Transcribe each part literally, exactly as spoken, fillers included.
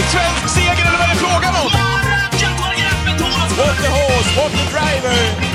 svensk seger eller vad är det frågan om? What the horse, what the driver!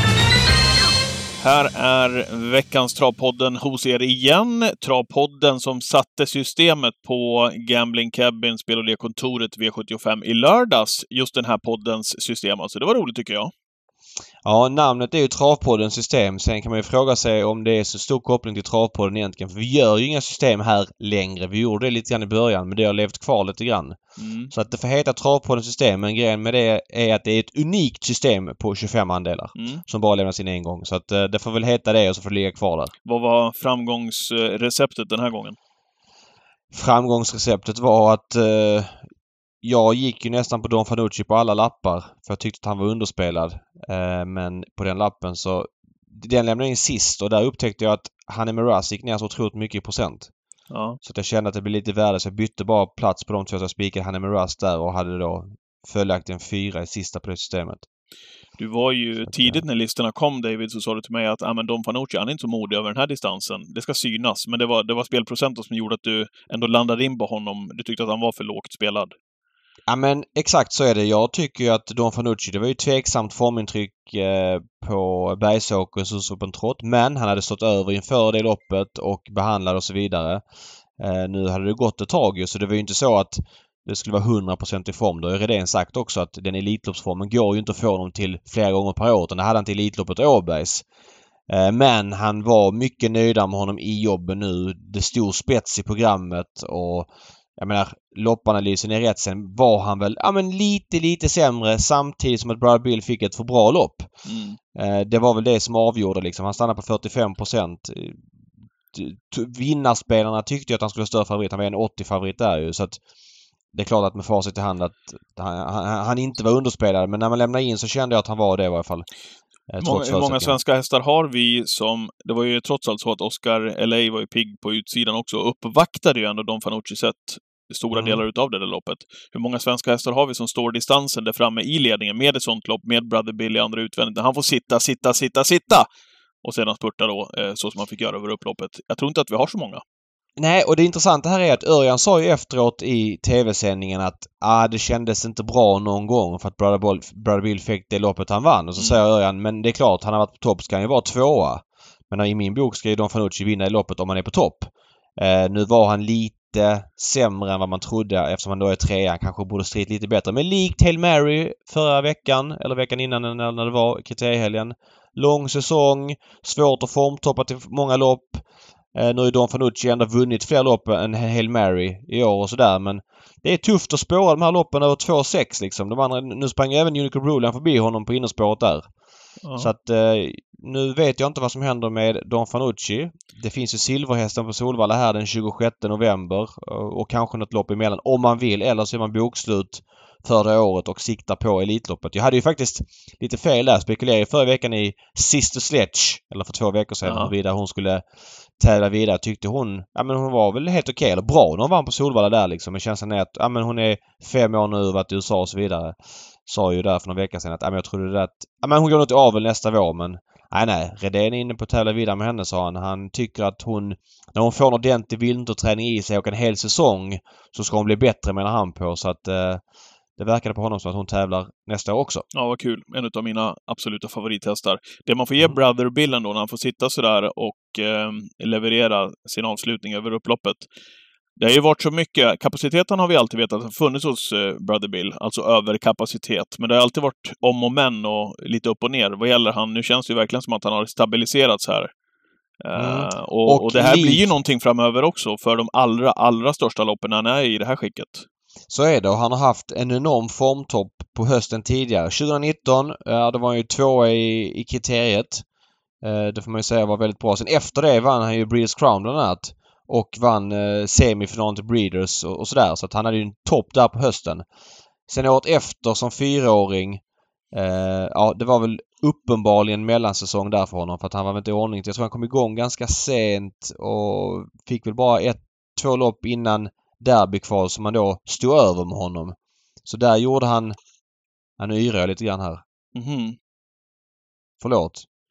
Här är veckans Travpodden hos er igen. Travpodden som satte systemet på Gambling Cabin, spel- och lekkontoret V sjuttiofem i lördags. Just den här poddens system. Alltså det var roligt tycker jag. Ja, namnet är ju Travpoddens system. Sen kan man ju fråga sig om det är så stor koppling till Travpodden egentligen. För vi gör ju inga system här längre. Vi gjorde det lite grann i början, men det har levt kvar lite grann. Mm. Så att det får heta Travpoddens system. Men grejen med det är att det är ett unikt system på tjugofem andelar. Mm. Som bara lämnas in en gång. Så att det får väl heta det och så får det ligga kvar där. Vad var framgångsreceptet den här gången? Framgångsreceptet var att... Eh, Jag gick ju nästan på Don Fanucci på alla lappar för jag tyckte att han var underspelad. Eh, men på den lappen så... Den lämnade in sist och där upptäckte jag att Honey Miraz gick ner så otroligt mycket i procent. Ja. Så att jag kände att det blev lite värde så jag bytte bara plats på de två så jag spikade Honey Miraz där och hade då följaktligen fyra i sista på det systemet. Du var ju tidigt när listorna kom, David, så sa du till mig att ah, men Don Fanucci, han är inte så modig över den här distansen. Det ska synas, men det var, det var spelprocenten som gjorde att du ändå landade in på honom. Du tyckte att han var för lågt spelad. Ja men exakt så är det. Jag tycker ju att Don Fanucci, det var ju tveksamt formintryck eh, på Bergsåker och så på en trott. Men han hade stått över inför det loppet och behandlad och så vidare. Eh, nu hade det gått ett tag ju så det var ju inte så att det skulle vara hundra procent i form. Då har Redén sagt också att den elitloppsformen går ju inte att få honom till flera gånger per år. Utan det hade han till Elitloppet Åbergs. Eh, men han var mycket nöjda med honom i jobben nu. Det stod spets i programmet och jag menar, loppanalysen är rätt. Sen var han väl ja, men lite, lite sämre samtidigt som att Brother Bill fick ett för bra lopp. Mm. Eh, det var väl det som avgjorde liksom. Han stannade på fyrtiofem procent. Vinnarspelarna tyckte ju att han skulle ha större favorit. Han var en åttio-favorit där ju. Så att det är klart att med facit i hand att han, han, han inte var underspelad. Men när man lämnade in så kände jag att han var det i varje fall. Många, hur många svenska hästar har vi som... Det var ju trots allt så att Oscar L A var ju pigg på utsidan också. Uppvaktade ju ändå Don Fanucci sett stora mm. delar utav det där loppet. Hur många svenska hästar har vi som står distansen där framme i ledningen med ett sånt lopp, med Brother Bill i andra utvändigt. Han får sitta, sitta, sitta, sitta! Och sedan spurta då, eh, så som man fick göra över upploppet. Jag tror inte att vi har så många. Nej, och det intressanta här är att Örjan sa ju efteråt i tv-sändningen att ah, det kändes inte bra någon gång för att Brother Bill, Brother Bill fick det loppet han vann. Och så mm. säger Örjan, men det är klart, han har varit på topp, ska han ju vara tvåa. Men i min bok ska ju Don Fanucci vinna i loppet om han är på topp. Eh, nu var han lite sämre än vad man trodde eftersom han då är trea. Han kanske borde strit lite bättre. Men likt Hail Mary förra veckan, eller veckan innan när, när det var kriteriehelgen. Lång säsong, svårt att formtoppa till många lopp. Eh, nu har Don Fanucci ändå vunnit fler lopp än Hail Mary i år och sådär. Men det är tufft att spåra de här loppen över två sex liksom. De andra, nu sprang även Unico Brulan förbi honom på innerspåret där. Uh-huh. Så att eh, nu vet jag inte vad som händer med Don Fanucci. Det finns ju Silverhästen på Solvalla här den tjugosjätte november. Och, och kanske något lopp emellan om man vill. Eller så är man bokslut för det året och siktar på Elitloppet. Jag hade ju faktiskt lite fel där. Spekulerade förra veckan i Sister Sledge. Eller för två veckor sedan. Uh-huh. Vidare hon skulle tävla vidare. Tyckte hon... Ja men hon var väl helt okej. Okay, eller bra när hon vann på Solvalla där liksom. Men känslan är att ja, men hon är fem år nu, varit i U S A och så vidare. Sa ju där för några veckor sedan att ja, men jag trodde det att... Ja men hon går nog till avel nästa vår men... Nej nej. Redén är inne på att tävla vidare med henne sa han. Han tycker att hon... När hon får en ordentlig vinterträning i sig och en hel säsong så ska hon bli bättre menar han på. Så att... Eh, det verkade på honom som att hon tävlar nästa år också. Ja, vad kul. En av mina absoluta favorithästar. Det man får ge mm. Brother Bill ändå när han får sitta sådär och eh, leverera sin avslutning över upploppet. Det har ju varit så mycket. Kapaciteten har vi alltid vetat att funnits hos eh, Brother Bill. Alltså överkapacitet. Men det har alltid varit om och men och lite upp och ner. Vad gäller han? Nu känns det ju verkligen som att han har stabiliserats här. Mm. Uh, och, och, och det här li- blir ju någonting framöver också för de allra, allra största loppen när han är i det här skicket. Så är det och han har haft en enorm formtopp på hösten tidigare. tjugonitton, ja, då var han ju två i, i kriteriet. Eh, det får man ju säga var väldigt bra. Sen efter det vann han ju Breeders Crown bland annat. Och vann eh, semifinalen till Breeders och, och sådär. Så att han hade ju en topp där på hösten. Sen året efter som fyraåring. Eh, ja, det var väl uppenbarligen mellansäsong där för honom. För att han var väl inte i ordning. Jag tror han kom igång ganska sent. Och fick väl bara ett, två lopp innan derbykval som man då stod över med honom. Så där gjorde han... Han yrar lite grann här. Mhm. Förlåt.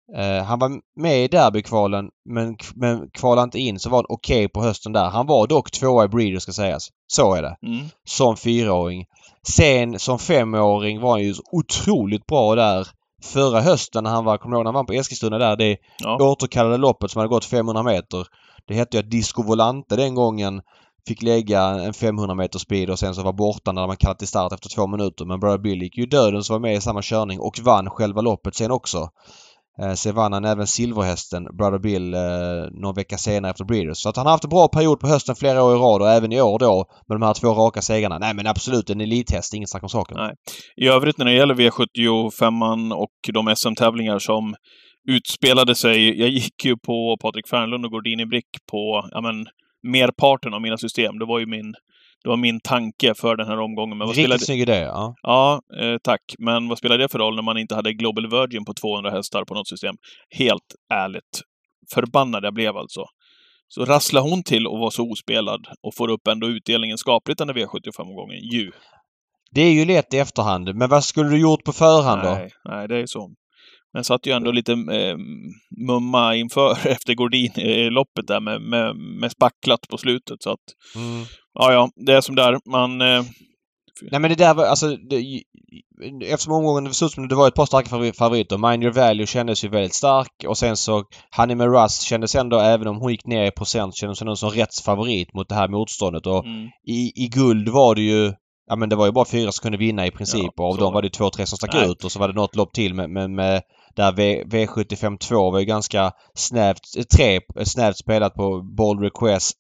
Eh, han var med i derbykvalen men, men kvalade inte in, så var han okej okay på hösten där. Han var dock tvåa i Breeders ska sägas. Så är det. Mm. Som fyraåring. Sen som femåring var han ju otroligt bra där. Förra hösten när han var, kommer du ihåg, när han var på Eskilstuna där, det Ja. återkallade loppet som hade gått femhundra meter. Det hette ju att Disco Volante den gången fick lägga en femhundra meter speed och sen så var borta när man kallade till start efter två minuter. Men Brother Bill gick ju döden, så var med i samma körning och vann själva loppet sen också. Eh, sen vann han även silverhästen Brother Bill eh, någon vecka senare efter Breeders. Så att han har haft en bra period på hösten flera år i rad och även i år då med de här två raka segrarna. Nej men absolut en elithäst, inget snack om saken. Nej. I övrigt när det gäller V sjuttiofem och de S M-tävlingar som utspelade sig. Jag gick ju på Patrik Fernlund och Gordini Brick på ja, men, merparten av mina system. Det var ju min, det var min tanke för den här omgången. Men vad Riktigt spelade... snygg idé, ja. Ja, eh, tack. Men vad spelar det för roll när man inte hade Global Virgin på tvåhundra hästar på något system? Helt ärligt. Förbannad jag blev alltså. Så rasslar hon till och var så ospelad och får upp ändå utdelningen skapligt den V sjuttiofem-gången. Ju. Det är ju lätt i efterhand. Men vad skulle du gjort på förhand nej, då? Nej, det är så. Men satt ju ändå lite eh, mumma inför efter Gordin-loppet där med, med, med spacklat på slutet. Så att, mm. ja, ja, det är som där. Man... Eh... Nej, men det där var, alltså... Det, eftersom omgången såg ut som det var ett par starka favoriter. Mind Your Value kändes ju väldigt stark. Och sen så Honey May Rust kändes ändå, även om hon gick ner i procent, kändes hon som rättsfavorit mot det här motståndet. Och mm. i, i guld var det ju... Ja, men det var ju bara fyra som kunde vinna i princip. Ja, och av dem var det två, tre som stack Nej. ut. Och så var det något lopp till med, med, med där v, V sjuttiofem två var ju ganska snävt, tre snävt spelat på Bold Request,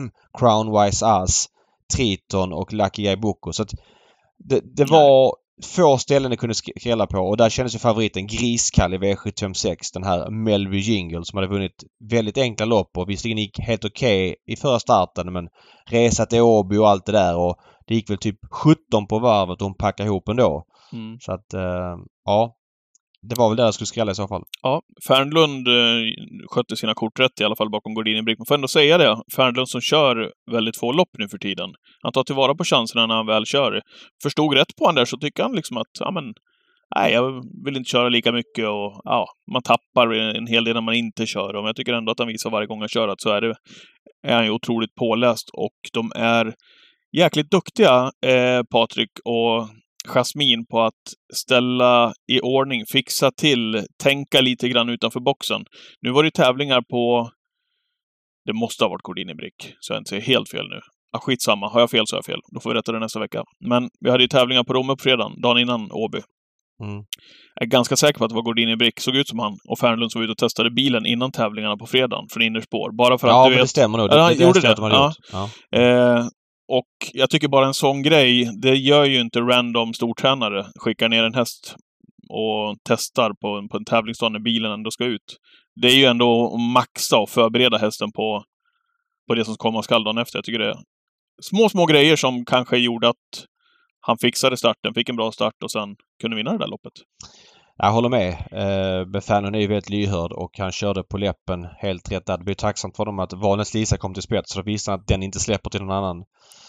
Crown Wise Us, Triton och Lucky Guy Boko. Så att det, det var få ställen det kunde skrälla på. Och där kändes ju favoriten Griskall i V sjuttiofem sex. Den här Melby Jingle som hade vunnit väldigt enkla lopp och visserligen gick helt okej okay i förra starten. Men resa till Åby och allt det där. Och det gick väl typ sjutton på varvet och hon packade ihop ändå. Mm. Så att, uh, ja. Det var väl där jag skulle skrälla i så fall. Ja, Fernlund eh, skötte sina kort rätt i alla fall bakom Gordini Brick. Man får ändå säga det. Fernlund som kör väldigt få lopp nu för tiden. Han tar tillvara på chanserna när han väl kör. Förstod rätt på han där så tycker han liksom att ja men, nej, jag vill inte köra lika mycket och ja, man tappar en hel del när man inte kör. Men jag tycker ändå att han visar varje gång han kör att så är det, är han ju otroligt påläst och de är jäkligt duktiga, eh, Patrik och Jasmin, på att ställa i ordning, fixa till, tänka lite grann utanför boxen. Nu var det tävlingar på... Det måste ha varit Gordini Brick, så jag inte säger helt fel nu. Ah, skitsamma, har jag fel så har jag fel. Då får vi rätta det nästa vecka. Men vi hade ju tävlingar på Rom på fredagen, dagen innan Åby. Mm. Jag är ganska säker på att det var Gordini Brick, såg ut som han. Och Fernlund såg ut och testade bilen innan tävlingarna på fredagen, från innerspår. Bara för att ja, du men vet... det stämmer nog. Det, det, han det gjorde det. De ja. Ja. Eh, Och jag tycker bara en sån grej, det gör ju inte random stortränare. Skickar ner en häst och testar på en, på en tävlingsdag när bilen ändå ska ut. Det är ju ändå att maxa och förbereda hästen på, på det som kommer skall dagen efter. Jag tycker det är små, små grejer som kanske gjorde att han fixade starten, fick en bra start och sen kunde vinna det där loppet. Jag håller med. Eh, Befänen är ju väldigt lyhörd och han körde på läppen helt rätt där. Det blir tacksamt för dem att Valens Lisa kom till spets, så då visade han att den inte släpper till någon annan.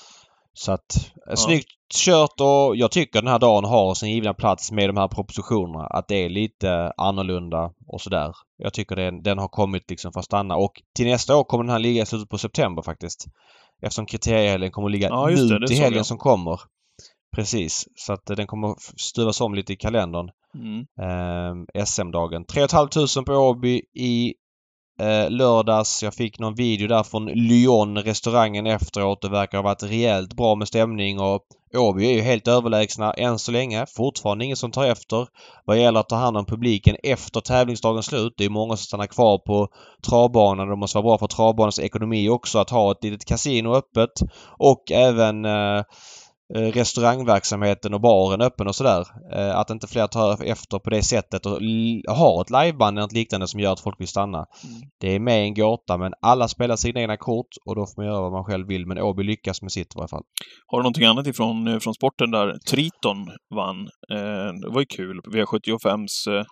Så att ja. Snyggt kört och jag tycker den här dagen har sin givna plats med de här propositionerna. Att det är lite annorlunda och sådär. Jag tycker den, den har kommit liksom för att stanna. Och till nästa år kommer den här ligga i slutet på september faktiskt. Eftersom kriteriehelgen kommer att ligga ja, nu det, det till helgen som kommer. Precis. Så att den kommer stuvas om lite i kalendern. Mm. Eh, S M-dagen. tre och ett halvt tusen på Åby i eh, lördags. Jag fick någon video där från Lyon, restaurangen efteråt. Det verkar ha varit rejält bra med stämning och Åby är ju helt överlägsna än så länge. Fortfarande ingen som tar efter. Vad gäller att ta hand om publiken efter tävlingsdagens slut. Det är många som stannar kvar på travbanan. Det måste vara bra för travbanans ekonomi också att ha ett litet kasino öppet. Och även eh, restaurangverksamheten och baren öppen och sådär. Att inte fler tar efter på det sättet och har ett liveband eller något liknande som gör att folk vill stanna. Mm. Det är med en gåta men alla spelar sina egna kort och då får man göra vad man själv vill. Men Åby lyckas med sitt i varje fall. Har du någonting annat ifrån från sporten där? Triton vann. Eh, det var ju kul. V sjuttiofems eh,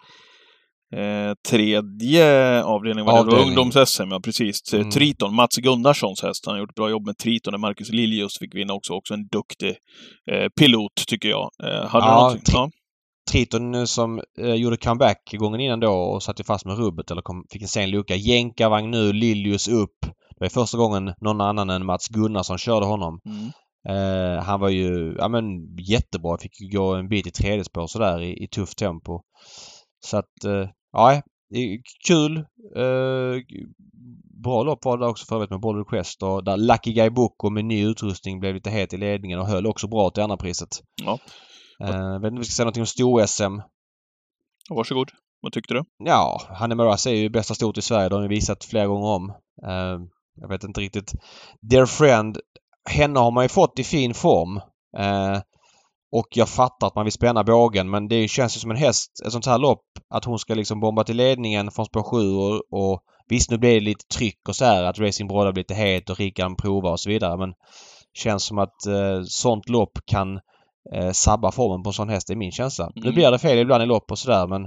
Eh, tredje avdelning var det, det var ungdoms-S M, ja precis. Mm. Triton, Mats Gunnarssons häst. Han har gjort bra jobb med Triton. Marcus Liljus fick vinna också. Också en duktig eh, pilot tycker jag. Eh, hade ja, ja. Triton som eh, gjorde comeback gången innan då och satt ju fast med rubbet eller kom, fick en sen lucka. Jänkarvagn nu, Lilius upp. Det var första gången någon annan än Mats Gunnarsson körde honom. Mm. Eh, han var ju ja, men, jättebra. Fick ju gå en bit i tredje spår sådär i, i tufft tempo. Så att, eh, ja, kul. Eh, bra lopp var det också för övrigt med Bold Request och där Lucky Guy Boko med ny utrustning blev lite het i ledningen och höll också bra till andra priset. Ja. Jag uh, vet inte om vi ska säga någonting om stor-S M. Varsågod. Vad tyckte du? Ja, Hanne Moras är ju bästa stort i Sverige. Det har vi visat flera gånger om. Uh, jag vet inte riktigt. Dear Friend, henne har man ju fått i fin form. Uh, och jag fattar att man vill spänna bågen men det känns ju som en häst, ett sånt här lopp, att hon ska liksom bomba till ledningen från spår sju och, och visst nu blir det lite tryck och så här att Racing Broda blir lite het och Rickard provar och så vidare men känns som att uh, sånt lopp kan Eh, sabba formen på en sån häst, det är min känsla. Mm. Nu blir det fel ibland i lopp och sådär men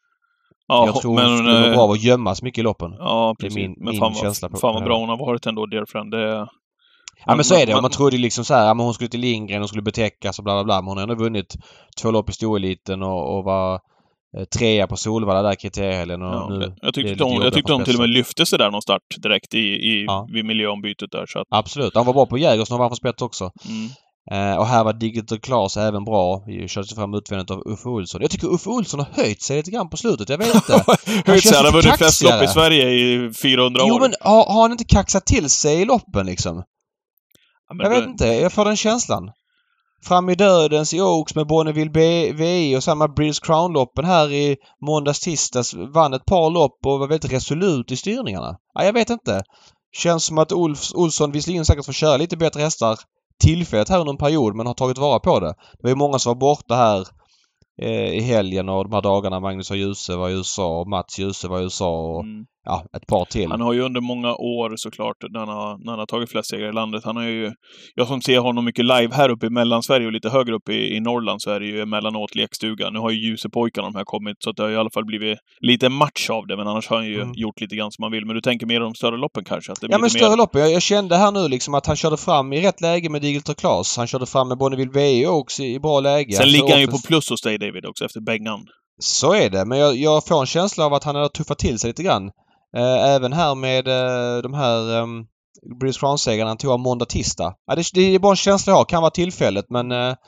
ja, jag tror men, hon skulle vara bra att gömmas mycket i loppen. Ja, precis. Det är min, men min fan, känsla på fan vad bra hon har varit ändå, Dear Friend. Det är... Ja man, men så är det. Man, man trodde liksom så här, ja, men hon skulle till Lindgren och skulle betäckas och bla bla bla. Men hon har ändå vunnit två lopp i storeliten och, och var eh, trea på Solvalla där kriteriehelgen. Ja, nu, jag tyckte hon, jag tyckte hon till och med lyfte sig där någon start direkt i, i, ja. vid miljöombytet där. Så att... Absolut. Han var bra på Jägers och han var för spets också. Mm. Uh, och här var Digital Class även bra. Vi körde sig fram utvändigt av Uffe Olsson. Jag tycker Uffe Olsson har höjt sig lite grann på slutet. Jag vet inte. höjt sig? Han har vunnit flest lopp i Sverige i fyrahundra år. Jo, men har, har han inte kaxat till sig i loppen liksom? Ja, jag vet det... inte. Jag får den känslan. Fram i dödens i Oaks med Bonneville V I och samma British Crown-loppen här i måndags tisdags. Vann ett par lopp och var väldigt resolut i styrningarna. Ja, jag vet inte. Känns som att Ulf, Olsson visserligen säkert får köra lite bättre hästar tillfället här under en period men har tagit vara på det. Det var ju många som var borta här eh, i helgen och de här dagarna. Magnus och Djuse var i U S A och Mats Djuse var i U S A och mm. ja, ett par till. Han har ju under många år såklart, när han har, när han har tagit flest segrar i landet. Han har ju, jag som ser honom mycket live här uppe i Mellansverige och lite högre upp i, i Norrland så är det ju emellanåt lekstuga. Nu har ju Ljusepojkarna de här kommit så att det har i alla fall blivit lite match av det. Men annars har han ju mm. gjort lite grann som man vill. Men du tänker mer om större loppen kanske? Att det ja men större mer... loppen. Jag, jag kände här nu liksom att han körde fram i rätt läge med Digital Class. Han körde fram med Bonneville V I också i, i bra läge. Sen ligger han ju på plus hos dig David också efter Bengan. Så är det. Men jag, jag får en känsla av att han har tuffat till sig lite grann. Även här med uh, de här um, British Crown-segrarna han tog av måndag tisdag. Ja, det, det är bara en känsla jag har. Kan vara tillfället men, uh, ja,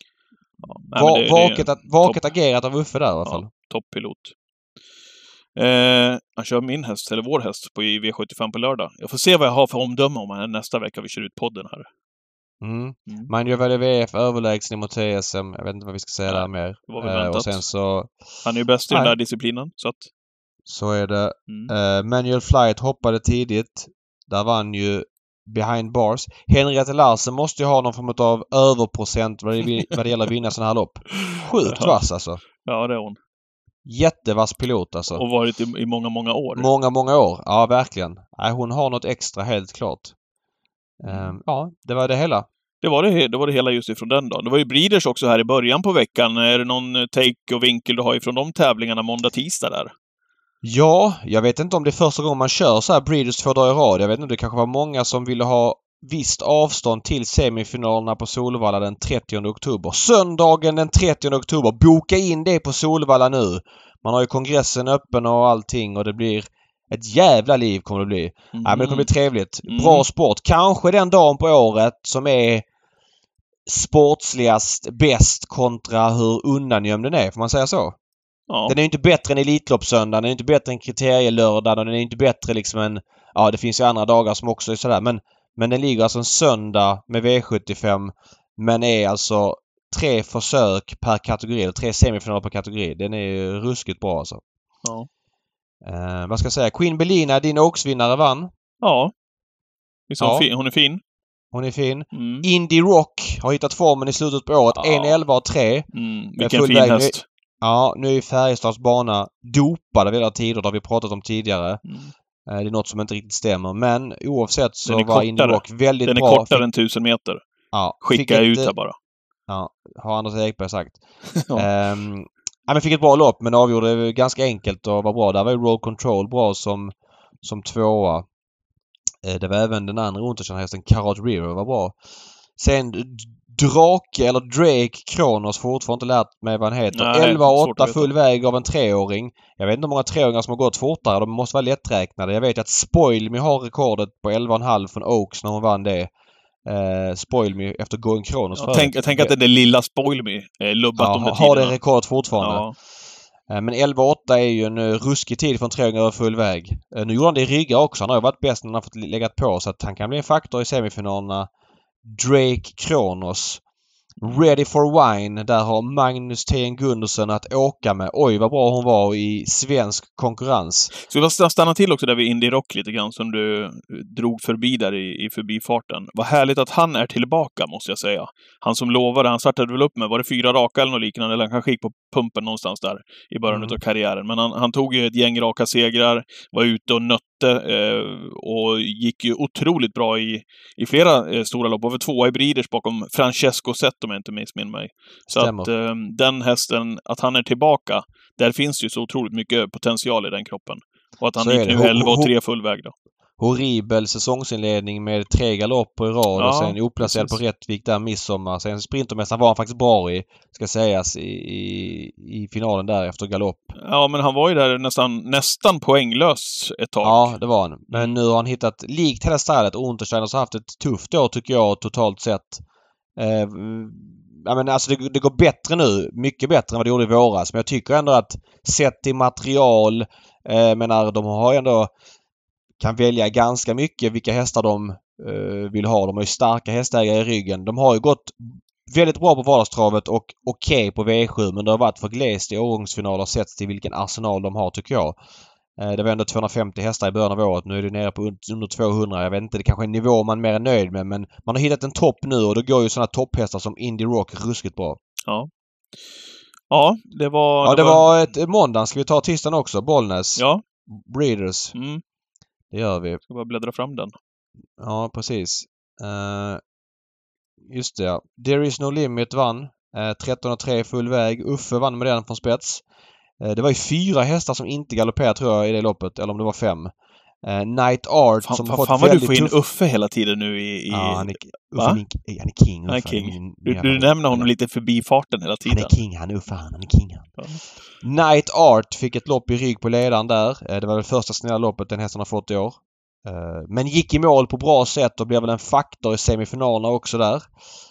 nej, va, men det, vaket, det vaket agerat av Uffe där i alla fall. Ja, toppilot. Eh, han kör min häst, eller vår häst, på i V sjuttiofem på lördag. Jag får se vad jag har för omdöme om han nästa vecka vi kör ut podden här. Mm. Mm. Man gör väl V F överlägsen mot T S M. Jag vet inte vad vi ska säga ja, där mer. Det var väl väntat. Uh, och sen så... Han är ju bäst i den där disciplinen, så att... Så är det. Mm. Uh, Manual Flight hoppade tidigt. Där vann ju Behind Bars. Henriette Larsen måste ju ha någon form av överprocent vad det, vad det gäller att vinna sådana här lopp. Sjukt ja. vass alltså. Ja, det är hon. Jättevass pilot alltså. Och varit i, i många, många år. Många, många år. Ja, verkligen. Nej, hon har något extra, helt klart. Um, ja, det var det hela. Det var det, det var det hela just ifrån den dagen. Det var ju Breeders också här i början på veckan. Är det någon take och vinkel du har ifrån de tävlingarna måndag, tisdag där? Ja, jag vet inte om det är första gången man kör så här Breeders två dagar i rad. Jag vet inte, det kanske var många som ville ha visst avstånd till semifinalerna på Solvalla den trettionde oktober. Söndagen den trettionde oktober. Boka in det på Solvalla nu. Man har ju kongressen öppen och allting och det blir ett jävla liv kommer det bli. Mm. Ja, men det kommer bli trevligt. Bra mm. sport. Kanske den dagen på året som är sportsligast, bäst kontra hur undangömd den är. Får man säga så? Ja. Den är ju inte bättre än Elitloppssöndagen, den är inte bättre än kriterielördagen och den är inte bättre liksom än... Ja, det finns ju andra dagar som också är sådär. Men, men den ligger alltså en söndag med V sjuttiofem men är alltså tre försök per kategori, eller tre semifinaler per kategori. Den är ju ruskigt bra alltså. Ja. Uh, vad ska jag säga? Queen Belina, din Oaks-vinnare, vann. Ja. Visst, ja. Hon är fin. Hon är fin. Mm. Indie Rock har hittat formen i slutet på året. Ja. en elva och tre. Mm. Vilken fin häst. Ja, nu är Färjestads bana dopade vid alla tider. Det har vi pratat om tidigare. Mm. Det är något som inte riktigt stämmer. Men oavsett så var Indie Rock väldigt bra. Den är bra. kortare fick... än tusen meter. Ja, skicka ut det bara. Ja, har Anders Ekberg sagt. ja. Um, ja, men fick ett bra lopp men avgjorde ganska enkelt och var bra. Där var ju Roll Control bra som, som tvåa. Uh, det var även den andra Untersen-hästen, Carrot River, var bra. Sen Drake eller Drake Kronos, fortfarande inte lärt mig vad han heter. Nej, elva och svårt att åtta veta. full väg av en treåring. Jag vet inte hur många treåringar som har gått fortare. De måste vara lätträknade. Jag vet att Spoil Me har rekordet på elva komma fem från Oaks när hon vann det. Uh, Spoil Me efter Going Kronos Jag förut. tänker tänk att det är det lilla Spoil Me eh, lubbat Ja, de med har det tiderna. rekordet fortfarande. Ja. Uh, men elva åtta är ju en uh, ruskig tid från treåringar över full väg. Uh, nu gjorde han det i Riga också. Han har ju varit bäst när han har fått läggat på, så att han kan bli en faktor i semifinalerna. Drake Kronos. Ready for Wine. Där har Magnus Thien Gundersen att åka med. Oj, vad bra hon var i svensk konkurrens. Så vi ska stanna till också där vid Indie Rock lite grann som du drog förbi där i, i förbifarten. Vad härligt att han är tillbaka, måste jag säga. Han som lovade, han startade väl upp med, var det fyra raka eller något liknande? Eller han kanske gick på pumpen någonstans där i början Mm. av karriären. Men han, han tog ju ett gäng raka segrar, var ute och nötte eh, och gick ju otroligt bra i, i flera eh, stora lopp. Över tvåa i Breeders bakom Francesco Zet, om jag inte missminner mig. Så Stämmer. att eh, den hästen, att han är tillbaka, där finns ju så otroligt mycket potential i den kroppen. Och att han Så är gick det. nu Ho- elva och ho- tre full väg då. Horribel säsongsinledning med tre galopper i rad Ja, och sen oplacerad precis. på Rättvik där midsommar. Sen Sprintermästaren var han faktiskt bra i, ska sägas, i, i, i finalen där efter galopp. Ja, men han var ju där nästan, nästan poänglös ett tag. Ja, det var han. Men Mm. nu har han hittat, likt hela stallet, och Untersteiner har haft ett tufft år tycker jag totalt sett. Eh, ja, men alltså det, det går bättre nu. Mycket bättre än vad det gjorde i våras. Men jag tycker ändå att sett i material, eh, menar de har ändå kan välja ganska mycket vilka hästar de eh, vill ha. De har ju starka hästägare i ryggen. De har ju gått väldigt bra på vardagstravet och okej på V sju, men det har varit för glest i årgångsfinaler sett till vilken arsenal de har tycker jag. Eh, det var ändå tvåhundrafemtio hästar i början av året. Nu är det nere på under tvåhundra. Jag vet inte, det kanske är en nivå man mer är nöjd med, men man har hittat en topp nu och då går ju sådana topphästar som Indie Rock ruskigt bra. Ja. Ja, det var... Ja, det var ett måndag. Ska vi ta tisdagen också? Bollnäs. Ja. Breeders. Mm. Det gör vi. Ska bara bläddra fram den. Ja, precis. Uh, just det, ja. There is no limit vann. Uh, tretton och tre full väg. Uffe vann med den från spets. Uh, det var ju fyra hästar som inte galopperade tror jag i det loppet. Eller om det var fem. Uh, Night Art Fan, som fan, har fan fått vad du väldigt får in tuff... Uffe hela tiden nu i... i... Ja, han är, Va? Uffe, är min, han är king. Han är Uffe. king. Min, Du, min du jävla- nämner honom lite förbi farten hela tiden. Han är king, han är Uffe, han, han är king. Han. Ja. Night Art fick ett lopp i rygg på ledaren där. Uh, det var väl första snälla loppet den hästen har fått i år. Uh, men gick i mål på bra sätt och blev väl en faktor i semifinalerna också där.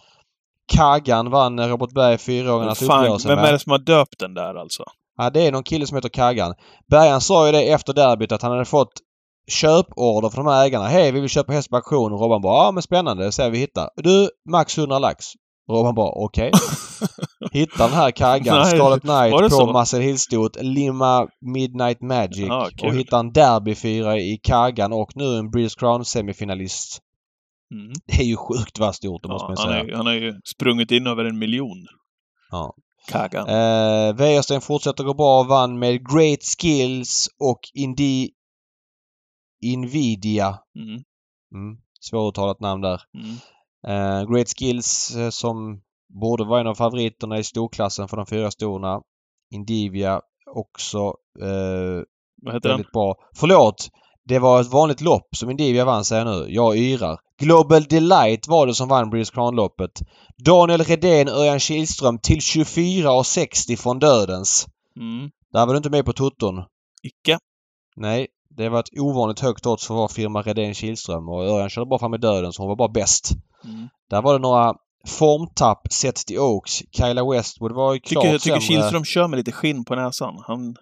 Kagan vann Robert Berg fyraåringarnas Fan, uppgörelse vem med. är det som har döpt den där alltså? Ja, det är någon kille som heter Kagan. Bergan sa ju det efter derbyt att han hade fått köporder från de här ägarna. Hej, vi vill köpa häst på auktion. Och Robban bara, ja men spännande, det ser vi hittar. Du, max hundra lax. Robban bara, okej. Hittar den här Kagan, Nej, Scarlet var det Knight så? på Marcel Hillstot, Lima Midnight Magic. Ja, kul. Och hittar en derbyfyra i Kagan och nu en British Crown semifinalist. Mm. Det är ju sjukt vad stort, det måste Ja, man han, säga. är, ju- han har ju sprungit in över en miljon. Ja. Kagan. Eh, Wäjersten fortsätter gå bra, vann med Great Skills och Indi... Invidia. Mm. Mm. Svåruttalat namn där. Mm. Eh, Great Skills eh, som borde vara en av favoriterna i storklassen för de fyra storna. Indivia också eh, Vad heter den? väldigt bra. Förlåt! Det var ett vanligt lopp som Indivia vann, säger jag nu. Jag yrar. Global Delight var det som vann British Crown-loppet. Daniel Redén, Örjan Kihlström till tjugofyra och sextio från dödens. Mm. Där var du inte med på tutton. Icke. Nej, det var ett ovanligt högt odds för vår firma Redén Kihlström och Örjan körde bara fram i döden så hon var bara bäst. Mm. Där var det några formtapp sett till Oaks. Kyla Westwood var ju klart Tycker, jag tycker sämre. Kihlström kör med lite skinn på näsan. Han...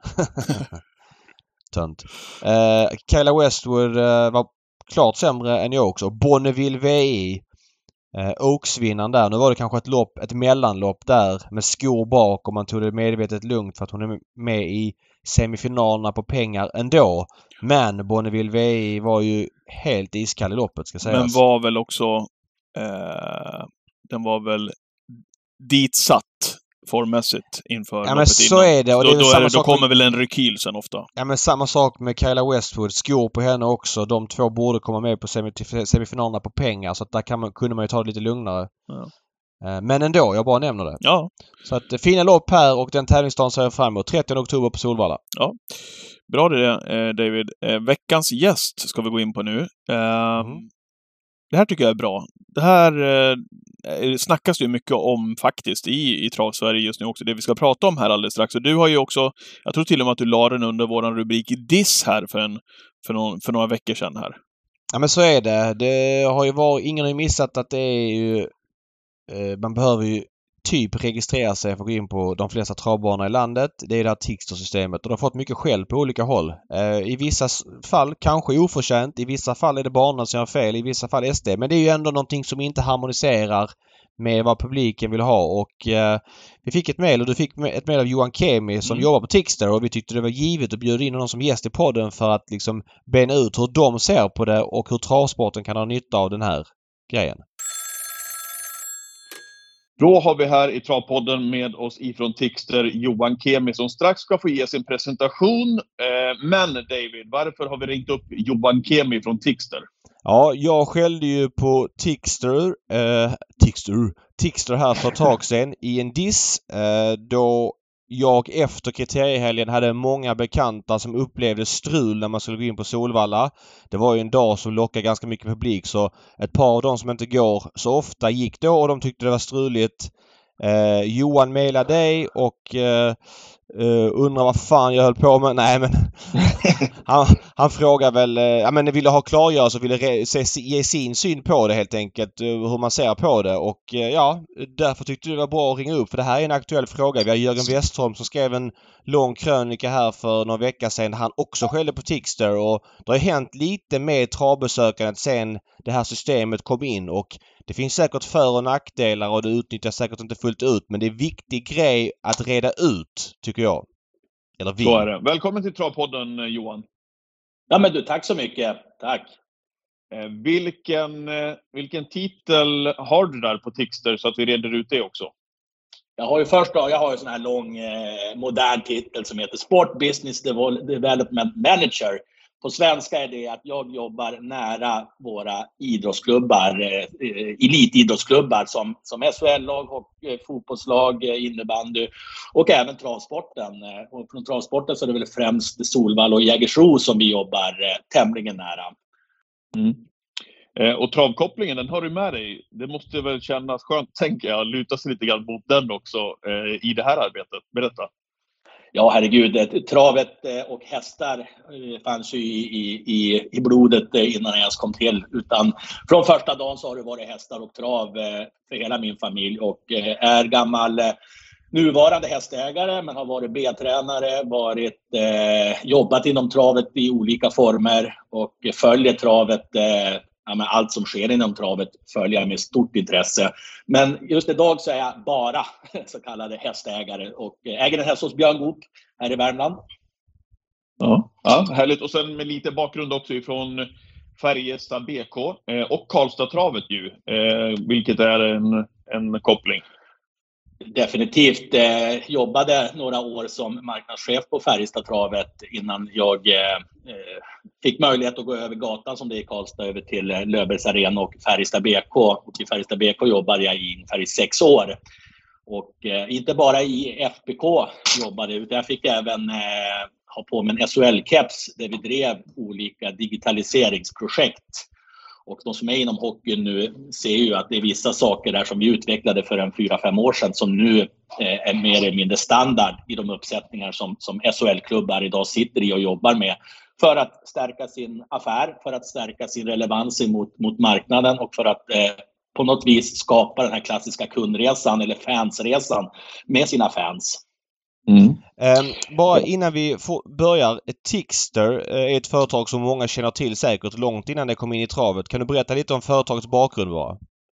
Tönt. Uh, Kyla Westwood uh, var klart sämre än i Oaks och Bonneville V I. Uh, Oaks-vinnaren där. Nu var det kanske ett lopp, ett mellanlopp där med skor bak och man tog det medvetet lugnt för att hon är med i semifinalerna på pengar ändå. Men Bonneville V I var ju helt iskall i loppet ska sägas. Men var väl också... Eh, den var väl dit satt formmässigt inför Ja loppet men så innan. är det. Och Då, det är väl då, är samma det, då sak kommer med, väl en rekyl sen ofta. ja, men samma sak med Kyla Westwood. Skor på henne också. De två borde komma med på semi- semifinalerna på pengar. Så att där kan man, kunde man ju ta det lite lugnare. Ja. Eh, Men ändå, jag bara nämner det. Ja, Så att eh, fina lopp här och den tävlingsdagen ser jag fram emot. trettionde oktober på Solvalla. bra det eh, David. Eh, veckans gäst ska vi gå in på nu. Eh, Mm. Det här tycker jag är bra. Det här... Eh, eh, snackas det ju mycket om faktiskt i, i Trav-Sverige just nu också, det vi ska prata om här alldeles strax. Och du har ju också, jag tror till och med att du la den under våran rubrik Diss här för, en, för, någon, för några veckor sedan här. Ja men så är det. Det har ju varit, ingen har ju missat att det är ju, eh, man behöver ju typ registrera sig för att gå in på de flesta travbanorna i landet. Det är det här Tipster-systemet och det har fått mycket skäll på olika håll. Eh, I vissa fall kanske oförtjänt, i vissa fall är det banorna som gör fel, i vissa fall S D. Men det är ju ändå någonting som inte harmoniserar med vad publiken vill ha och eh, vi fick ett mejl och du fick ett mejl av Johan Kemi som mm. jobbar på Tipster och vi tyckte det var givet att bjuda in någon som gäst i podden för att liksom bena ut hur de ser på det och hur travsporten kan ha nytta av den här grejen. Då har vi här i Travpodden med oss ifrån Tipster Johan Kemi som strax ska få ge sin presentation. Eh, men David, varför har vi ringt upp Johan Kemi från Tipster? Ja, jag skällde ju på Tipster, eh, Tipster, Tipster här för ett tag sedan i en diss eh, då jag efter kriteriehelgen hade många bekanta som upplevde strul när man skulle gå in på Solvalla. Det var ju en dag som lockade ganska mycket publik så ett par av dem som inte går så ofta gick då och de tyckte det var struligt. Eh, Johan mejlade dig och eh, uh, undrar vad fan jag höll på med. Nej men han, han frågar väl, uh, ja men ville ha klargörelse och ville re- se, ge sin syn på det helt enkelt. Uh, hur man ser på det och uh, ja, därför tyckte det var bra att ringa upp för det här är en aktuell fråga. Vi har Jörgen Westholm som skrev en lång krönika här för några veckor sedan. Han också skällde på Tipster och det har hänt lite med travbesökandet sen det här systemet kom in och det finns säkert för- och nackdelar och det utnyttjas säkert inte fullt ut. Men det är en viktig grej att reda ut, tycker jag. Eller vi. Så är det. Välkommen till Travpodden, Johan. Ja men du, tack så mycket. Tack. Eh, vilken, eh, vilken titel har du där på Tipster så att vi reder ut det också? Jag har ju först då, jag har ju sån här lång eh, modern titel som heter Sport Business Development Manager. På svenska är det att jag jobbar nära våra idrottsklubbar, eh, elitidrottsklubbar som, som S H L-lag, hockey, fotbollslag, innebandy och även travsporten. Och från travsporten så är det väl främst Solvalla och Jägersro som vi jobbar eh, tämligen nära. Mm. Eh, och travkopplingen, den har du med dig. Det måste väl kännas skönt, tänker jag, luta sig lite grann mot den också eh, i det här arbetet. Berätta. Ja, herregud. Travet och hästar fanns ju i, i, i blodet innan jag ens kom till. Utan från första dagen så har det varit hästar och trav för hela min familj. Och är gammal nuvarande hästägare men har varit B-tränare, varit, eh, jobbat inom travet i olika former och följer travet. Eh, Ja, men allt som sker inom travet följer jag med stort intresse. Men just idag så är jag bara så kallade hästägare och äger en häst hos Björn Goop här i Värmland. Ja, ja, härligt. Och sen med lite bakgrund också ifrån Färjestad B K och Karlstad-travet ju, vilket är en, en koppling. Definitivt. Eh, jobbade några år som marknadschef på Färjestad-travet innan jag eh, fick möjlighet att gå över gatan som det är i Karlstad över till Löfbergs Arena och Färjestad B K. Och i Färjestad B K jobbade jag i ungefär i sex år. Och eh, inte bara i F B K jobbade utan jag fick även eh, ha på mig en S H L-keps där vi drev olika digitaliseringsprojekt. Och de som är inom hockeyn nu ser ju att det är vissa saker där som vi utvecklade för en fyra fem år sedan som nu är mer eller mindre standard i de uppsättningar som, som S H L-klubbar idag sitter i och jobbar med för att stärka sin affär, för att stärka sin relevans mot, mot marknaden och för att eh, på något vis skapa den här klassiska kundresan eller fansresan med sina fans. Mm. Um, bara innan vi får, börjar, Tipster är ett företag som många känner till säkert långt innan det kom in i travet. Kan du berätta lite om företagets bakgrund bara?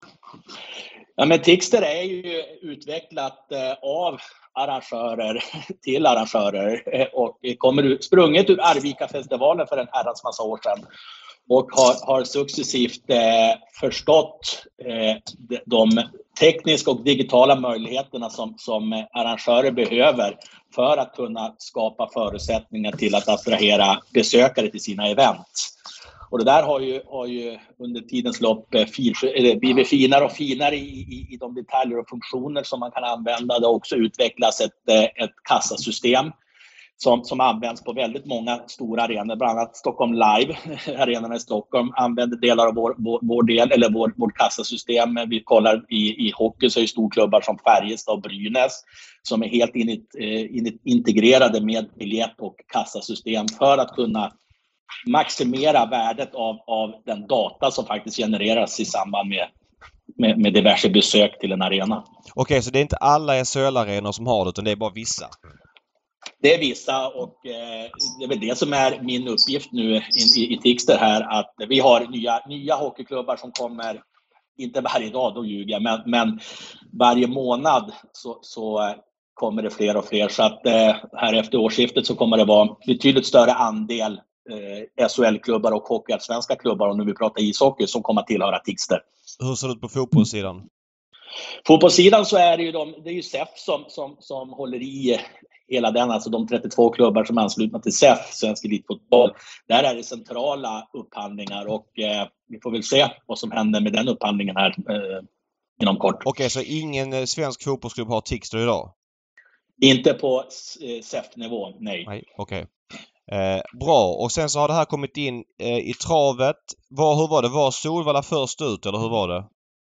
Ja, men Tipster är ju utvecklat eh, av arrangörer till arrangörer eh, och kommer sprunget ur Arvika-festivalen för en herrans massa år sedan. Och har, har successivt eh, förstått eh, de tekniska och digitala möjligheterna som, som arrangörer behöver för att kunna skapa förutsättningar till att attrahera besökare till sina event. Och det där har ju, har ju under tidens lopp eh, blivit finare och finare i, i, i de detaljer och funktioner som man kan använda. Det har också utvecklats ett, ett kassasystem som, som används på väldigt många stora arenor, bland annat Stockholm Live, arenorna i Stockholm, använder delar av vår, vår, vår del, eller vår, vårt kassasystem. Vi kollar i, i hockey så är det storklubbar som Färjestad och Brynäs som är helt in, in, integrerade med biljett- och kassasystem för att kunna maximera värdet av, av den data som faktiskt genereras i samband med, med, med diverse besök till en arena. Okej, så det är inte alla S H L-arenor som har det, utan det är bara vissa? Det är vissa, och eh, det är väl det som är min uppgift nu i, i, i Tixter här, att vi har nya, nya hockeyklubbar som kommer, inte varje dag, då ljuger jag, men, men varje månad så, så kommer det fler och fler. Så att eh, här efter årsskiftet så kommer det vara betydligt större andel eh, S H L-klubbar och hockeyallsvenska klubbar, och nu vi pratar ishockey, som kommer att tillhöra Tixter. Hur ser det ut på fotbollssidan? Fotbollssidan så är det ju, de, det är ju S E F som, som, som håller i hela den, alltså de trettiotvå klubbar som är anslutna till S E F, Svensk Elitfotboll. Där är det centrala upphandlingar, och eh, vi får väl se vad som händer med den upphandlingen här eh, inom kort. Okej, okay, så ingen eh, svensk fotbollsklubb har Tixter idag? Inte på eh, S E F-nivå, nej. Nej, okej. Okay. Eh, bra, och sen så har det här kommit in eh, i travet. Var, hur var det? Var Solvalla först ut, eller hur var det?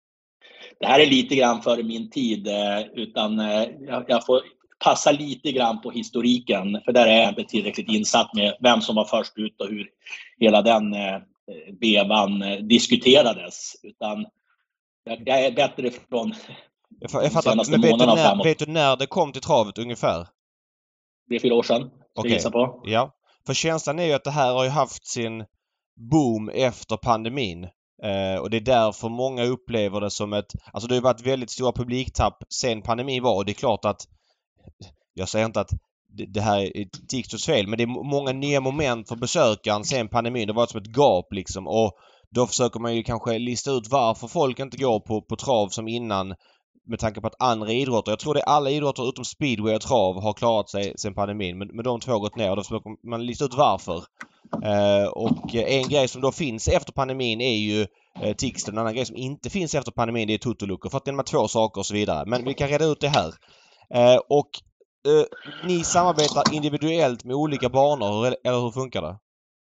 Det här är lite grann före min tid, eh, utan eh, jag, jag får passa lite grann på historiken, för där är jag inte tillräckligt insatt med vem som var först ut och hur hela den eh, vevan eh, diskuterades, utan jag, jag är bättre från jag, jag fattar, men vet du, när, vet du när det kom till travet ungefär? Det är fyra år sedan, ska okay. jag gissa på. Ja, för känslan är ju att det här har ju haft sin boom efter pandemin. Uh, och det är därför många upplever det som ett... Alltså det har ju varit väldigt stora publiktapp sen pandemin var, och det är klart att jag säger inte att det, det här är Tixters fel, men det är många nya moment för besökaren sen pandemin. Det var som ett gap liksom, och då försöker man ju kanske lista ut varför folk inte går på, på trav som innan, med tanke på att andra idrotter, jag tror det är alla idrotter utom speedway och trav har klarat sig sen pandemin, men, men de två har gått ner, och då försöker man lista ut varför. Uh, och en grej som då finns efter pandemin är ju uh, Tixter. En annan grej som inte finns efter pandemin, det är Totoluckor, för att det är med två saker och så vidare. Men vi kan reda ut det här. Uh, och uh, ni samarbetar individuellt med olika banor, eller hur funkar det?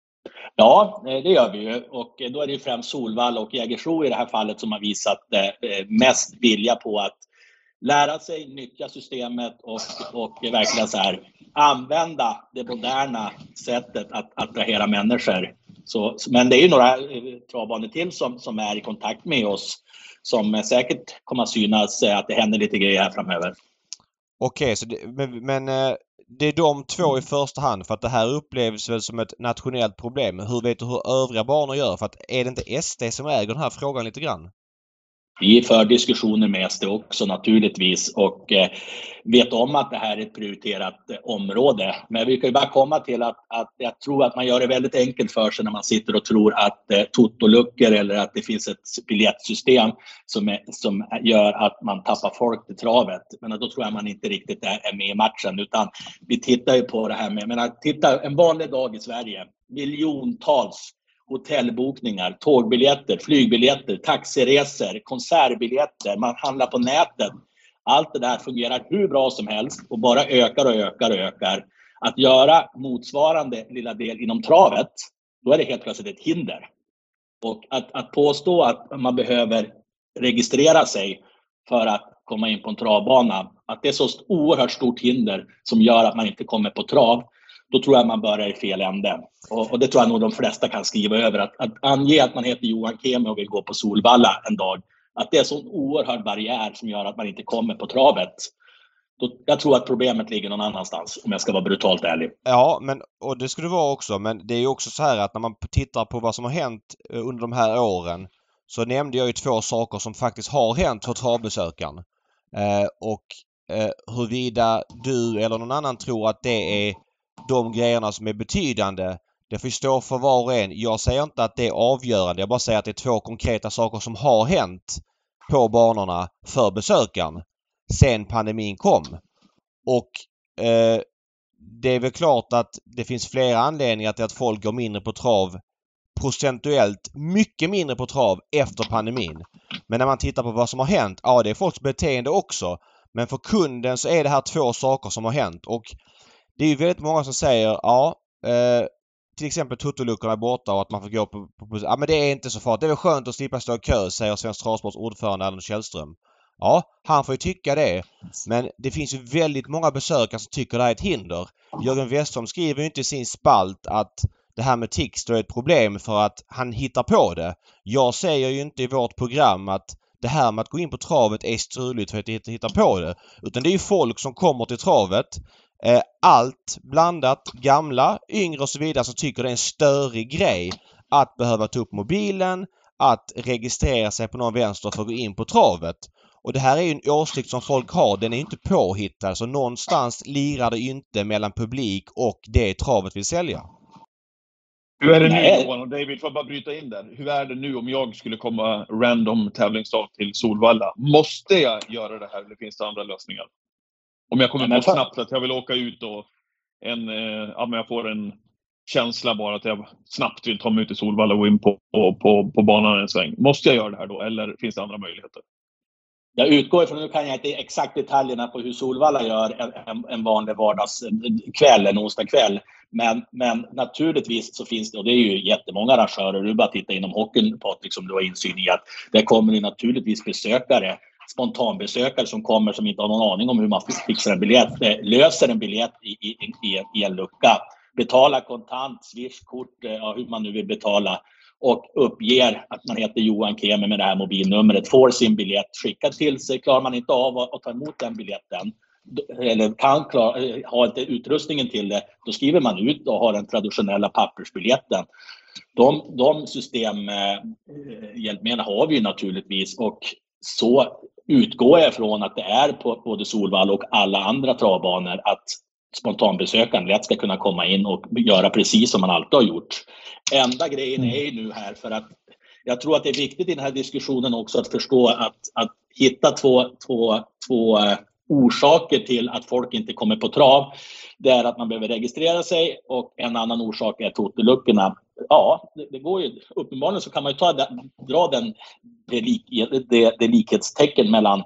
Ja, det gör vi ju, och då är det ju främst Solvalla och Jägersro i det här fallet som har visat uh, mest vilja på att lära sig nyttja systemet och, och verkligen så här använda det moderna sättet att attrahera människor. Så, men det är ju några travbanor till som, som är i kontakt med oss, som säkert kommer att synas att det händer lite grejer här framöver. Okej, okay, så det, men, men det är de två i första hand, för att det här upplevs väl som ett nationellt problem. Hur vet du hur övriga banor gör? För att är det inte S D som äger den här frågan lite grann? Vi för diskussioner med S D också naturligtvis, och eh, vet om att det här är ett prioriterat eh, område. Men vi kan ju bara komma till att, att jag tror att man gör det väldigt enkelt för sig när man sitter och tror att eh, totoluckor eller att det finns ett biljettsystem som, är, som gör att man tappar folk till travet. Men då tror jag man inte riktigt är, är med i matchen, utan vi tittar ju på det här med, men att titta en vanlig dag i Sverige, miljontals hotellbokningar, tågbiljetter, flygbiljetter, taxiresor, konsertbiljetter, man handlar på nätet. Allt det där fungerar hur bra som helst och bara ökar och ökar och ökar. Att göra motsvarande lilla del inom travet, då är det helt plötsligt ett hinder. Och att, att påstå att man behöver registrera sig för att komma in på en travbana, att det är så oerhört stort hinder som gör att man inte kommer på trav, då tror jag man börjar i fel ände. Och, och det tror jag nog de flesta kan skriva över. Att, att ange att man heter Johan Kemi och vill gå på Solvalla en dag, att det är så en oerhörd barriär som gör att man inte kommer på travet. Då, jag tror att problemet ligger någon annanstans, om jag ska vara brutalt ärlig. Ja, men, och det skulle det vara också. Men det är ju också så här att när man tittar på vad som har hänt under de här åren, så nämnde jag ju två saker som faktiskt har hänt för travbesökaren. Eh, och eh, huruvida du eller någon annan tror att det är de grejerna som är betydande, det får stå för var och en. Jag säger inte att det är avgörande. Jag bara säger att det är två konkreta saker som har hänt på banorna för besökaren sen pandemin kom. Och eh, det är väl klart att det finns flera anledningar till att folk går mindre på trav, procentuellt mycket mindre på trav efter pandemin. Men när man tittar på vad som har hänt, ja, det är folks beteende också. Men för kunden så är det här två saker som har hänt. Och det är ju väldigt många som säger ja, eh, till exempel Toto-luckorna borta och att man får gå på, på, på... Ja, men det är inte så farligt. Det är väl skönt att slippa stå i kö, säger Svensk Travsports ordförande Anders Källström. Ja, han får ju tycka det. Men det finns ju väldigt många besökare som tycker det är ett hinder. Jörgen Westholm skriver ju inte i sin spalt att det här med Tixter är ett problem för att han hittar på det. Jag säger ju inte i vårt program att det här med att gå in på travet är struligt för att inte hitta på det. Utan det är ju folk som kommer till travet. Allt blandat, gamla, yngre och så vidare, som tycker det är en störig grej att behöva ta upp mobilen, att registrera sig på någon vänster för att gå in på travet. Och det här är ju en åsikt som folk har. Den är inte påhittad. Så någonstans lirar det inte mellan publik och det travet vill sälja. Hur är det nu, Johan och David, får jag bara bryta in där. Hur är det nu om jag skulle komma random tävlingsdag till Solvalla? Måste jag göra det här eller finns det andra lösningar? Om jag kommer på för... snabbt att jag vill åka ut och en, eh, ja, men jag får en känsla bara att jag snabbt vill ta mig ut i Solvalla och gå in på, på, på, på banan en sväng. Måste jag göra det här då eller finns det andra möjligheter? Jag utgår ifrån, nu kan jag inte exakt detaljerna på hur Solvalla gör en, en, en vanlig vardagskväll, en onsdagkväll. Men, men naturligtvis så finns det, och det är ju jättemånga arrangörer, du bara titta inom hockeyn, Patrik, som du har insyn i, att det kommer ju naturligtvis besökare, spontanbesökare som kommer som inte har någon aning om hur man fixar en biljett, löser en biljett i, i, i, i en lucka, betalar kontant, swishkort, ja, hur man nu vill betala, och uppger att man heter Johan Kemi med det här mobilnumret, får sin biljett skickad till sig. Klarar man inte av att ta emot den biljetten eller kan klara, ha inte utrustningen till det, då skriver man ut och har den traditionella pappersbiljetten. De, de systemhjälpmedel har vi ju naturligtvis, och så utgår jag ifrån att det är på både Solvalla och alla andra travbanor att spontanbesökaren lätt ska kunna komma in och göra precis som man alltid har gjort. Enda grejen är ju nu här, för att jag tror att det är viktigt i den här diskussionen också att förstå att, att hitta två, två, två orsaker till att folk inte kommer på trav. Det är att man behöver registrera sig, och en annan orsak är Toto-luckorna. Ja, det, det går ju, uppenbarligen så kan man ju ta, dra den, det, lik, det, det likhetstecken mellan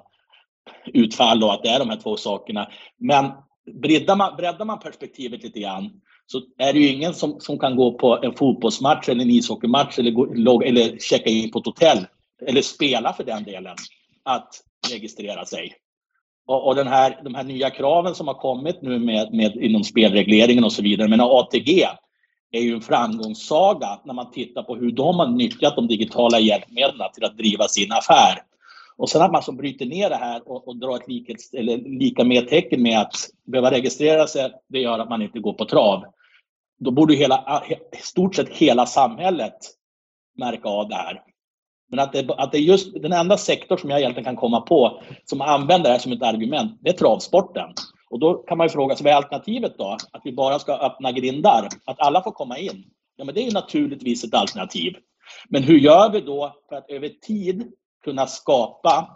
utfall och att det är de här två sakerna. Men breddar man, breddar man perspektivet lite grann, så är det ju ingen som, som kan gå på en fotbollsmatch eller en ishockeymatch eller, gå, eller checka in på ett hotell eller spela för den delen att registrera sig. Och, och den här, de här nya kraven som har kommit nu med, med inom spelregleringen och så vidare, men A T G är ju en framgångssaga när man tittar på hur de har nyttjat de digitala hjälpmedlen till att driva sin affär. Och sen att man som bryter ner det här och, och drar ett likets, eller lika med tecken med att behöva registrera sig, det gör att man inte går på trav. Då borde hela, stort sett hela samhället märka av det här. Men att det, att det är just den enda sektor som jag egentligen kan komma på som använder det här som ett argument, det är travsporten. Och då kan man ju fråga sig, vad är alternativet då? Att vi bara ska öppna grindar, att alla får komma in. Ja, men det är ju naturligtvis ett alternativ. Men hur gör vi då för att över tid kunna skapa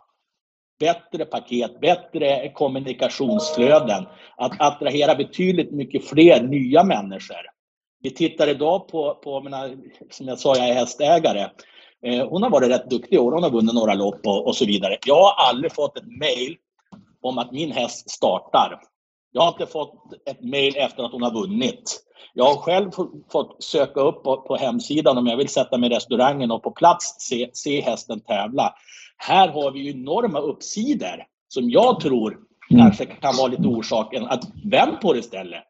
bättre paket, bättre kommunikationsflöden, att attrahera betydligt mycket fler nya människor? Vi tittar idag på, på mina, som jag sa, jag är hästägare. Eh, hon har varit rätt duktig och hon har vunnit några lopp och, och så vidare. Jag har aldrig fått ett mejl om att min häst startar. Jag har inte fått ett mejl efter att hon har vunnit. Jag har själv fått söka upp på, på hemsidan om jag vill sätta mig i restaurangen och på plats se, se hästen tävla. Här har vi ju enorma uppsidor som jag tror mm. kanske kan vara lite orsaken att vänd på det istället.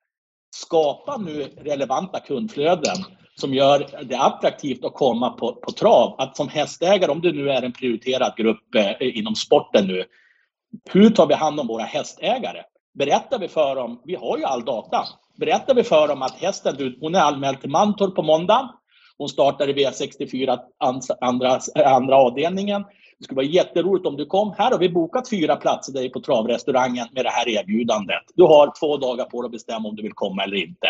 Skapa nu relevanta kundflöden som gör det attraktivt att komma på, på trav. Att som hästägare, om det nu är en prioriterad grupp eh, inom sporten nu, hur tar vi hand om våra hästägare? Berättar vi för dem, vi har ju all data, berättar vi för dem att hästen, hon är anmäld till Mantorp på måndag, hon startar i V sextiofyra andra, andra avdelningen. Det skulle vara jätteroligt om du kom. Här har vi bokat fyra platser där på travrestaurangen med det här erbjudandet. Du har två dagar på dig att bestämma om du vill komma eller inte.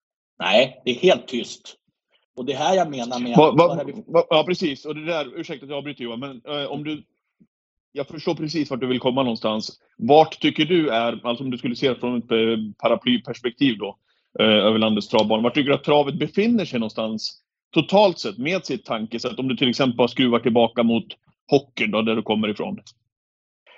Nej, det är helt tyst. Och det här jag menar med... Va, va, vi... va, ja, precis. Och det där, ursäkta att jag avbryter Johan, men eh, om du... Jag förstår precis vart du vill komma någonstans. Vart tycker du är, alltså om du skulle se det från ett eh, paraplyperspektiv då, eh, över landets travbanor, vart tycker du att travet befinner sig någonstans totalt sett med sitt tankesätt? Om du till exempel bara skruvar tillbaka mot hockey då, där du kommer ifrån.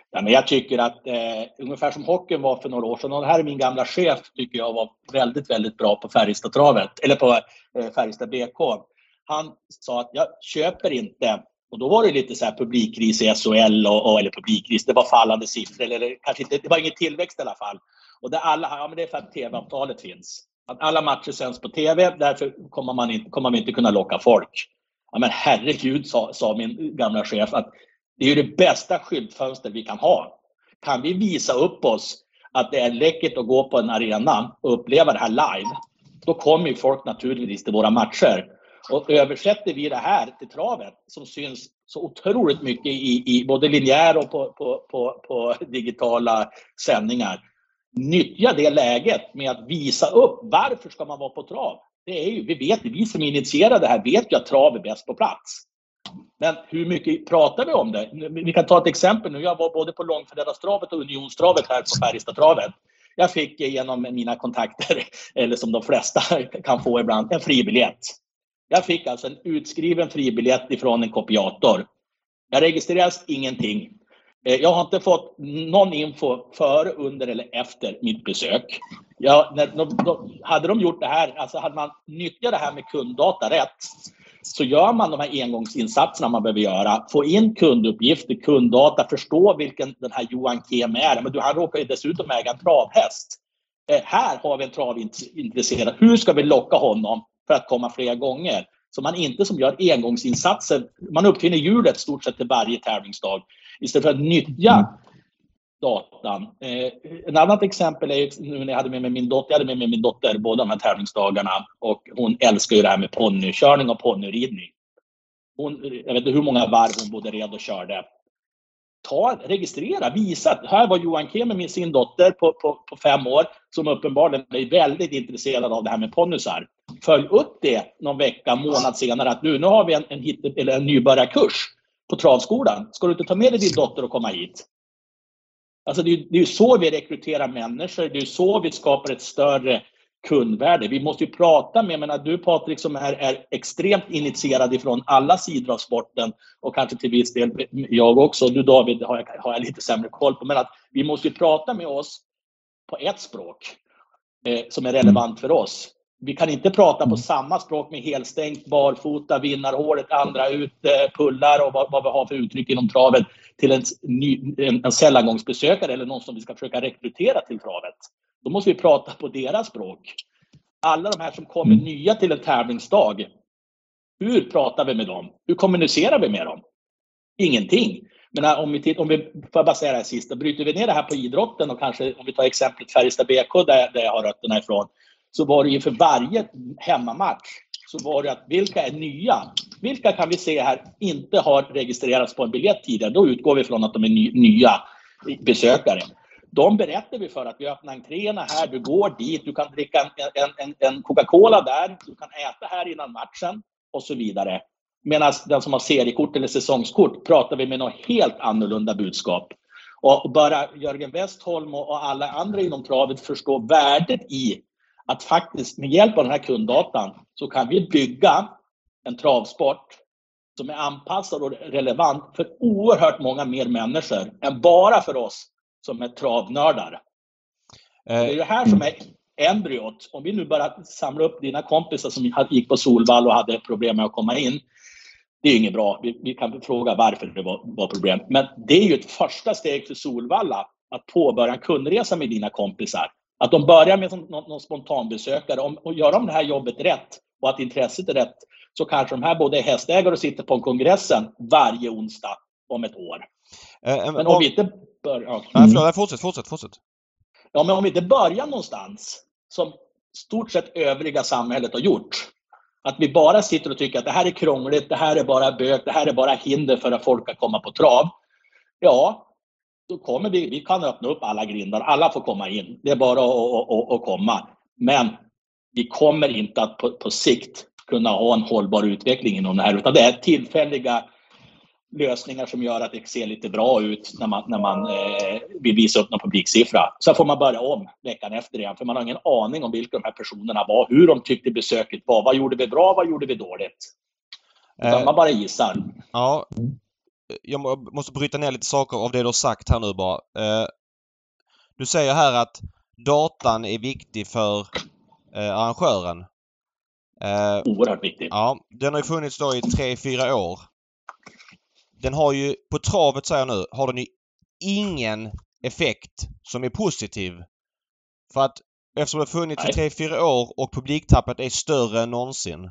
Ja, men jag tycker att eh, ungefär som hockeyn var för några år sedan, och det här är min gamla chef, tycker jag var väldigt, väldigt bra på Färjestad-travet, eller på eh, Färjestad B K. Han sa att jag köper inte, och då var det lite så här publikkris i S H L och, och, eller publikkris, det var fallande siffror, eller kanske inte, det var ingen tillväxt i alla fall. Och det, alla, ja, men det är för att tv-avtalet finns. Att alla matcher sänds på tv, därför kommer man inte, kommer man inte kunna locka folk. Ja, men herregud, sa, sa min gamla chef, att det är ju det bästa skyltfönster vi kan ha. Kan vi visa upp oss att det är läckert att gå på en arena och uppleva det här live, då kommer ju folk naturligtvis till våra matcher. Och översätter vi det här till travet, som syns så otroligt mycket i, i både linjär och på, på, på, på digitala sändningar, nyttja det läget med att visa upp varför ska man vara på trav. Det är ju, vi vet, vi som är initierade här vet ju att trav är bäst på plats. Men hur mycket pratar vi om det? Vi kan ta ett exempel nu. Jag var både på Långfredagstravet och Unionstravet här på Färjestadtravet. Jag fick genom mina kontakter, eller som de flesta kan få ibland, en fribiljett. Jag fick alltså en utskriven fribiljett ifrån en kopiator. Jag registreras ingenting. Jag har inte fått någon info före, under eller efter mitt besök. Jag, när, då, då, hade de gjort det här, alltså hade man nyttjat det här med kunddata rätt, så gör man de här engångsinsatserna man behöver göra. Få in kunduppgifter, kunddata, förstå vilken den här Johan Kem är. Men du, han råkar ju dessutom äga en travhäst. Eh, här har vi en travintresserad. Hur ska vi locka honom för att komma flera gånger? Så man inte som gör engångsinsatser. Man uppfinner hjulet stort sett till varje tävlingsdag. Istället för att nyttja datan. Eh, en annat exempel är nu när jag hade med mig min dotter. Jag hade med mig min dotter båda de här tävlingsdagarna. Och hon älskar ju det här med ponnykörning och ponnyridning. Hon, jag vet inte hur många varv hon både red och körde. Ta, registrera, visa. Här var Johan Kem med sin dotter på, på, på fem år. Som uppenbarligen är väldigt intresserad av det här med ponnysar. Följ upp det någon vecka, månad senare. Att nu, nu har vi en, en, hit, eller en nybörjarkurs på travskolan. Ska du inte ta med dig din dotter och komma hit? Alltså det är, det är ju så vi rekryterar människor. Det är så vi skapar ett större kundvärde. Vi måste ju prata med, men du Patrik som är, är extremt initierad ifrån alla sidor av sporten och kanske till viss del jag också. Du David har jag, har jag lite sämre koll på, men att vi måste ju prata med oss på ett språk eh, som är relevant för oss. Vi kan inte prata på samma språk med helstängt, barfota, vinnarhåret, andra ut, eh, pullar och vad, vad vi har för uttryck inom travet till en, ny, en, en sällangångsbesökare eller någon som vi ska försöka rekrytera till travet. Då måste vi prata på deras språk. Alla de här som kommer mm. nya till en tävlingsdag, hur pratar vi med dem? Hur kommunicerar vi med dem? Ingenting. Men om vi, titt, om vi får bara säga det här sista, bryter vi ner det här på idrotten och kanske om vi tar exemplet Färjestad B K där, där jag har rötterna ifrån, så var det ju för varje hemmamatch så var det att vilka är nya? Vilka kan vi se här inte har registrerats på en biljett tidigare? Då utgår vi från att de är ny, nya besökare. De berättar vi för att vi öppnar entréerna här, du går dit, du kan dricka en, en, en Coca-Cola där, du kan äta här innan matchen och så vidare. Medan den som har seriekort eller säsongskort pratar vi med något helt annorlunda budskap. Och bara Jörgen Westholm och alla andra inom travet förstår värdet i att faktiskt med hjälp av den här kunddatan så kan vi bygga en travsport som är anpassad och relevant för oerhört många mer människor än bara för oss som är travnördar. Det är det här som är embryot. Om vi nu bara samlar upp dina kompisar som gick på Solvall och hade problem med att komma in. Det är inget bra. Vi, vi kan fråga varför det var, var problem. Men det är ju ett första steg för Solvalla att påbörja en kundresa med dina kompisar. Att de börjar med någon, någon spontanbesökare om, och gör de det här jobbet rätt och att intresset är rätt, så kanske de här både är hästägare och sitter på kongressen varje onsdag om ett år. Äh, men om, om vi inte börjar... Ja. Nej, förlåt, fortsätt, fortsätt, fortsätt. Ja, men om vi inte börjar någonstans som stort sett övriga samhället har gjort, att vi bara sitter och tycker att det här är krångligt, det här är bara bök, det här är bara hinder för att folk ska komma på trav. Ja, då kommer vi, vi kan öppna upp alla grindar, alla får komma in. Det är bara att, att, att komma. Men vi kommer inte att på, på sikt kunna ha en hållbar utveckling inom det här, utan det är tillfälliga lösningar som gör att det ser lite bra ut när man, när man eh, vill visa upp någon publiksiffra. Så får man börja om veckan efter igen, för man har ingen aning om vilka de här personerna var, hur de tyckte besöket var, vad gjorde vi bra, vad gjorde vi dåligt. Utan eh, man bara gissar. Ja. jag måste bryta ner lite saker av det du har sagt här nu bara. Eh, du säger här att datan är viktig för eh, arrangören. Eh, Oerhört viktig. Ja, den har ju funnits då i tre, fyra år. Den har ju, på travet säger jag nu, har den ju ingen effekt som är positiv. För att eftersom det har funnits i tre, fyra år och publiktappet är större än någonsin.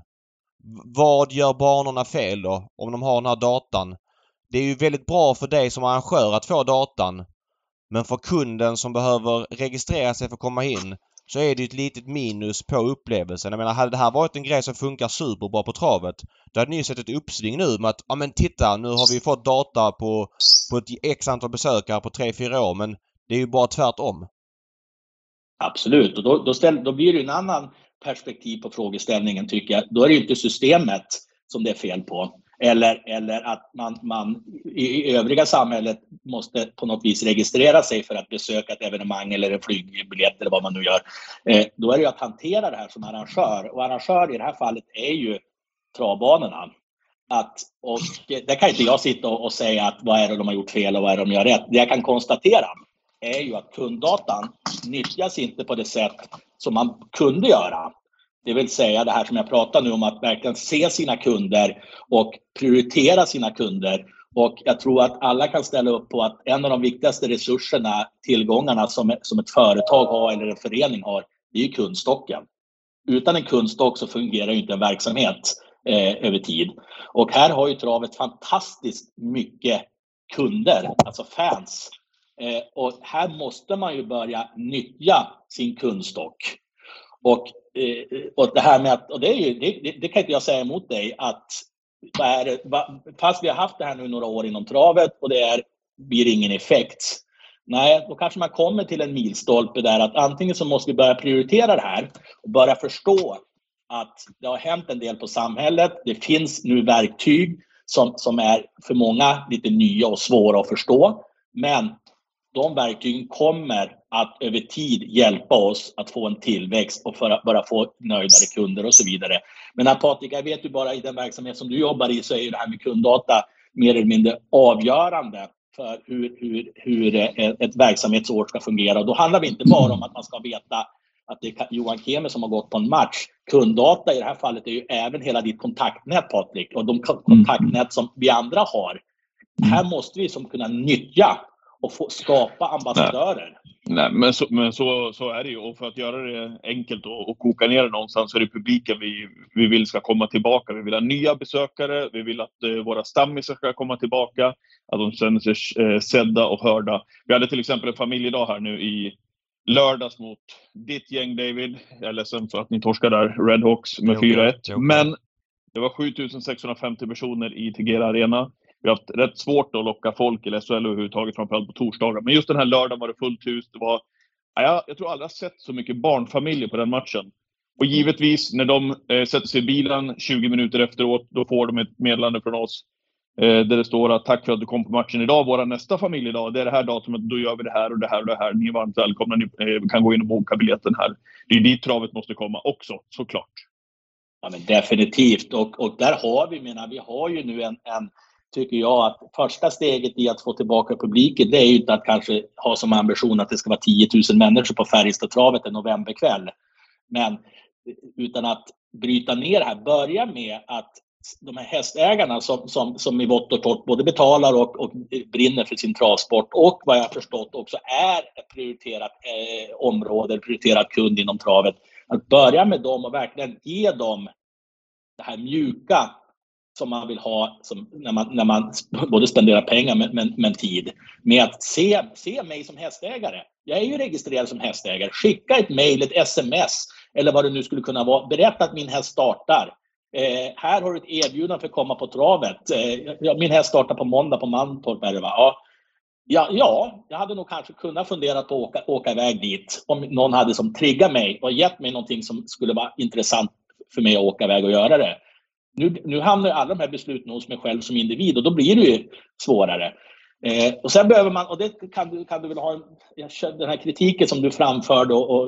Vad gör banorna fel då om de har den här datan? Det är ju väldigt bra för dig som arrangör att få datan. Men för kunden som behöver registrera sig för att komma in så är det ett litet minus på upplevelsen. Jag menar, hade det här varit en grej som funkar superbra på travet, då hade ni sett ett uppsving nu med att ja men titta, nu har vi fått data på, på ett x antal besökare på tre fyra år, men det är ju bara tvärtom. Absolut, och då, då, ställ, då blir det en annan perspektiv på frågeställningen tycker jag. Då är det ju inte systemet som det är fel på. Eller, eller att man, man i, i övriga samhället måste på något vis registrera sig för att besöka ett evenemang eller en flygbiljett eller vad man nu gör. Eh, då är det ju att hantera det här som arrangör. Och arrangör i det här fallet är ju travbanorna. Att, och det kan inte jag sitta och, och säga att vad är det de har gjort fel och vad är det de gör rätt. Det jag kan konstatera är ju att kunddatan nyttjas inte på det sätt som man kunde göra. Det vill säga det här som jag pratar nu om, att verkligen se sina kunder och prioritera sina kunder. Och jag tror att alla kan ställa upp på att en av de viktigaste resurserna, tillgångarna som, som ett företag har eller en förening har, det är ju kundstocken. Utan en kundstock så fungerar ju inte en verksamhet eh, över tid. Och här har ju travet fantastiskt mycket kunder, alltså fans. Eh, och här måste man ju börja nyttja sin kundstock. Och, eh, och det här med att, och det, är ju, det, det kan inte jag säga emot dig, att vad är det, vad, fast vi har haft det här nu några år inom travet och det är, blir ingen effekt. Nej, då kanske man kommer till en milstolpe där att antingen så måste vi börja prioritera det här och börja förstå att det har hänt en del på samhället. Det finns nu verktyg som, som är för många lite nya och svåra att förstå. Men de verktygen kommer att över tid hjälpa oss att få en tillväxt och för att bara få nöjdare kunder och så vidare. Men här, Patrik, jag vet ju bara i den verksamhet som du jobbar i så är ju det här med kunddata mer eller mindre avgörande för hur, hur, hur ett verksamhetsår ska fungera. Och då handlar det inte bara om att man ska veta att det är Johan Keme som har gått på en match. Kunddata i det här fallet är ju även hela ditt kontaktnät, Patrik, och de kontaktnät som vi andra har. Här måste vi som kunna nyttja och få skapa ambassadörer. Nej, men, så, men så, så är det ju. Och för att göra det enkelt och, och koka ner det någonstans så är det publiken vi, vi vill ska komma tillbaka. Vi vill ha nya besökare. Vi vill att eh, våra stammisar ska komma tillbaka. Att de känner sig eh, sedda och hörda. Vi hade till exempel en familjedag här nu i lördags mot ditt gäng, David. Jag är ledsen för att ni torskar där. Redhawks med fyra ett. Men det var sju tusen sexhundrafemtio personer i Tegera Arena. Vi har haft rätt svårt att locka folk i S H L överhuvudtaget, framförallt på torsdagar. Men just den här lördagen var det fullt hus. Det var, ja, jag tror aldrig jag sett så mycket barnfamiljer på den matchen. Och givetvis, när de eh, sätter sig i bilen tjugo minuter efteråt, då får de ett meddelande från oss. Eh, där det står att tack för att du kom på matchen idag. Våra nästa familjedag, det är det här datumet. Då gör vi det här och det här och det här. Ni är varmt välkomna. Ni eh, kan gå in och boka biljetten här. Det är dit travet måste komma också, såklart. Ja, men definitivt. Och, och där har vi, menar, vi har ju nu en... en tycker jag att första steget i att få tillbaka publiken, det är ju inte att kanske ha som ambition att det ska vara tio tusen människor på Färjestadtravet en novemberkväll. Men utan att bryta ner det här, börja med att de här hästägarna som, som, som i vått och torrt både betalar och, och brinner för sin travsport och vad jag förstått också är ett prioriterat eh, område, prioriterat kund inom travet. Att börja med dem och verkligen ge dem det här mjuka som man vill ha som när, man, när man både spenderar pengar men, men, men tid. Med att se, se mig som hästägare. Jag är ju registrerad som hästägare. Skicka ett mejl, ett sms eller vad det nu skulle kunna vara. Berätta att min häst startar. Eh, här har du ett erbjudande för att komma på travet. Eh, min häst startar på måndag på Mantorp. Är det, va? Ja. Ja, ja, jag hade nog kanske kunnat fundera på att åka, åka iväg dit. Om någon hade som triggat mig och gett mig någonting som skulle vara intressant för mig att åka iväg och göra det. Nu, nu hamnar alla de här besluten hos mig själv som individ och då blir det ju svårare. Eh, och sen behöver man, och det kan du, kan du väl ha en, den här kritiken som du framförde och, och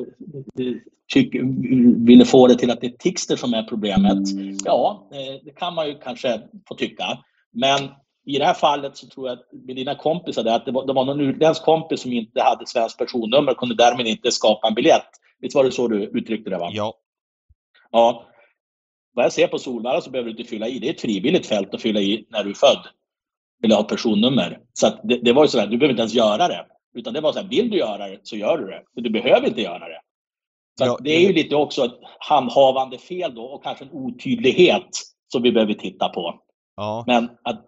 tyck, ville få det till att det är Tixter som är problemet. Ja, eh, det kan man ju kanske få tycka. Men i det här fallet så tror jag att med dina kompisar där, att det var, det var någon utländsk kompis som inte hade svensk personnummer och kunde därmed inte skapa en biljett. Visst var det så du uttryckte det, va? Ja. Ja. Vad jag ser på Solvalla så behöver du inte fylla i. Det är ett frivilligt fält att fylla i när du är född. Eller har personnummer. Så att det, det var ju sådär, du behöver inte ens göra det. Utan det var så här, vill du göra det så gör du det. Men du behöver inte göra det. Så Ja, det är ju lite också ett handhavande fel då. Och kanske en otydlighet som vi behöver titta på. Ja. Men att...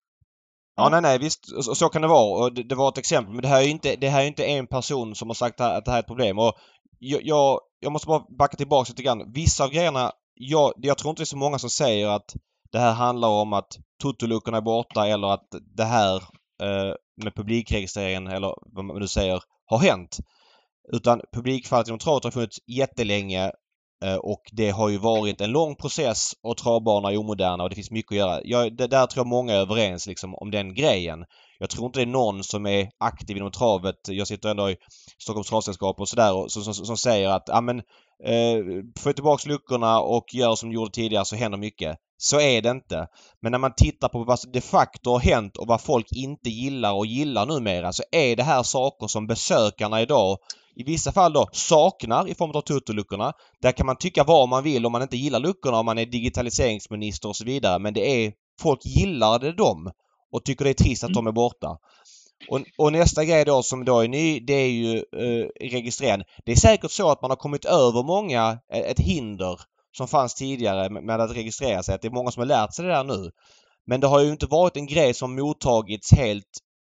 Ja, nej, nej, visst. Så, så kan det vara. Och det, det var ett exempel. Men det här är ju inte, det här är inte en person som har sagt att det här är ett problem. Och jag, jag, jag måste bara backa tillbaka lite grann. Vissa av grejerna, jag, jag tror inte det är så många som säger att det här handlar om att totoluckorna är borta eller att det här eh, med publikregistreringen eller vad man nu säger har hänt. Utan publikfallet inom travet har funnits jättelänge eh, och det har ju varit en lång process och travbanor är omoderna och det finns mycket att göra. Jag, det, där tror jag många är överens liksom, om den grejen. Jag tror inte det är någon som är aktiv inom travet. Jag sitter ändå i Stockholms travsällskap och sådär och som, som, som säger att ja, men, eh, få tillbaka luckorna och gör som du gjorde tidigare så händer mycket. Så är det inte. Men när man tittar på vad de facto har hänt och vad folk inte gillar och gillar numera så är det här saker som besökarna idag i vissa fall då saknar i form av tutoluckorna. Där kan man tycka vad man vill om man inte gillar luckorna, om man är digitaliseringsminister och så vidare. Men det är, folk gillar det dem och tycker det är trist att de är borta. Och, och nästa grej då som då är ny, det är ju eh, registrering. Det är säkert så att man har kommit över många, ett hinder som fanns tidigare med att registrera sig. Att det är många som har lärt sig det där nu. Men det har ju inte varit en grej som mottagits helt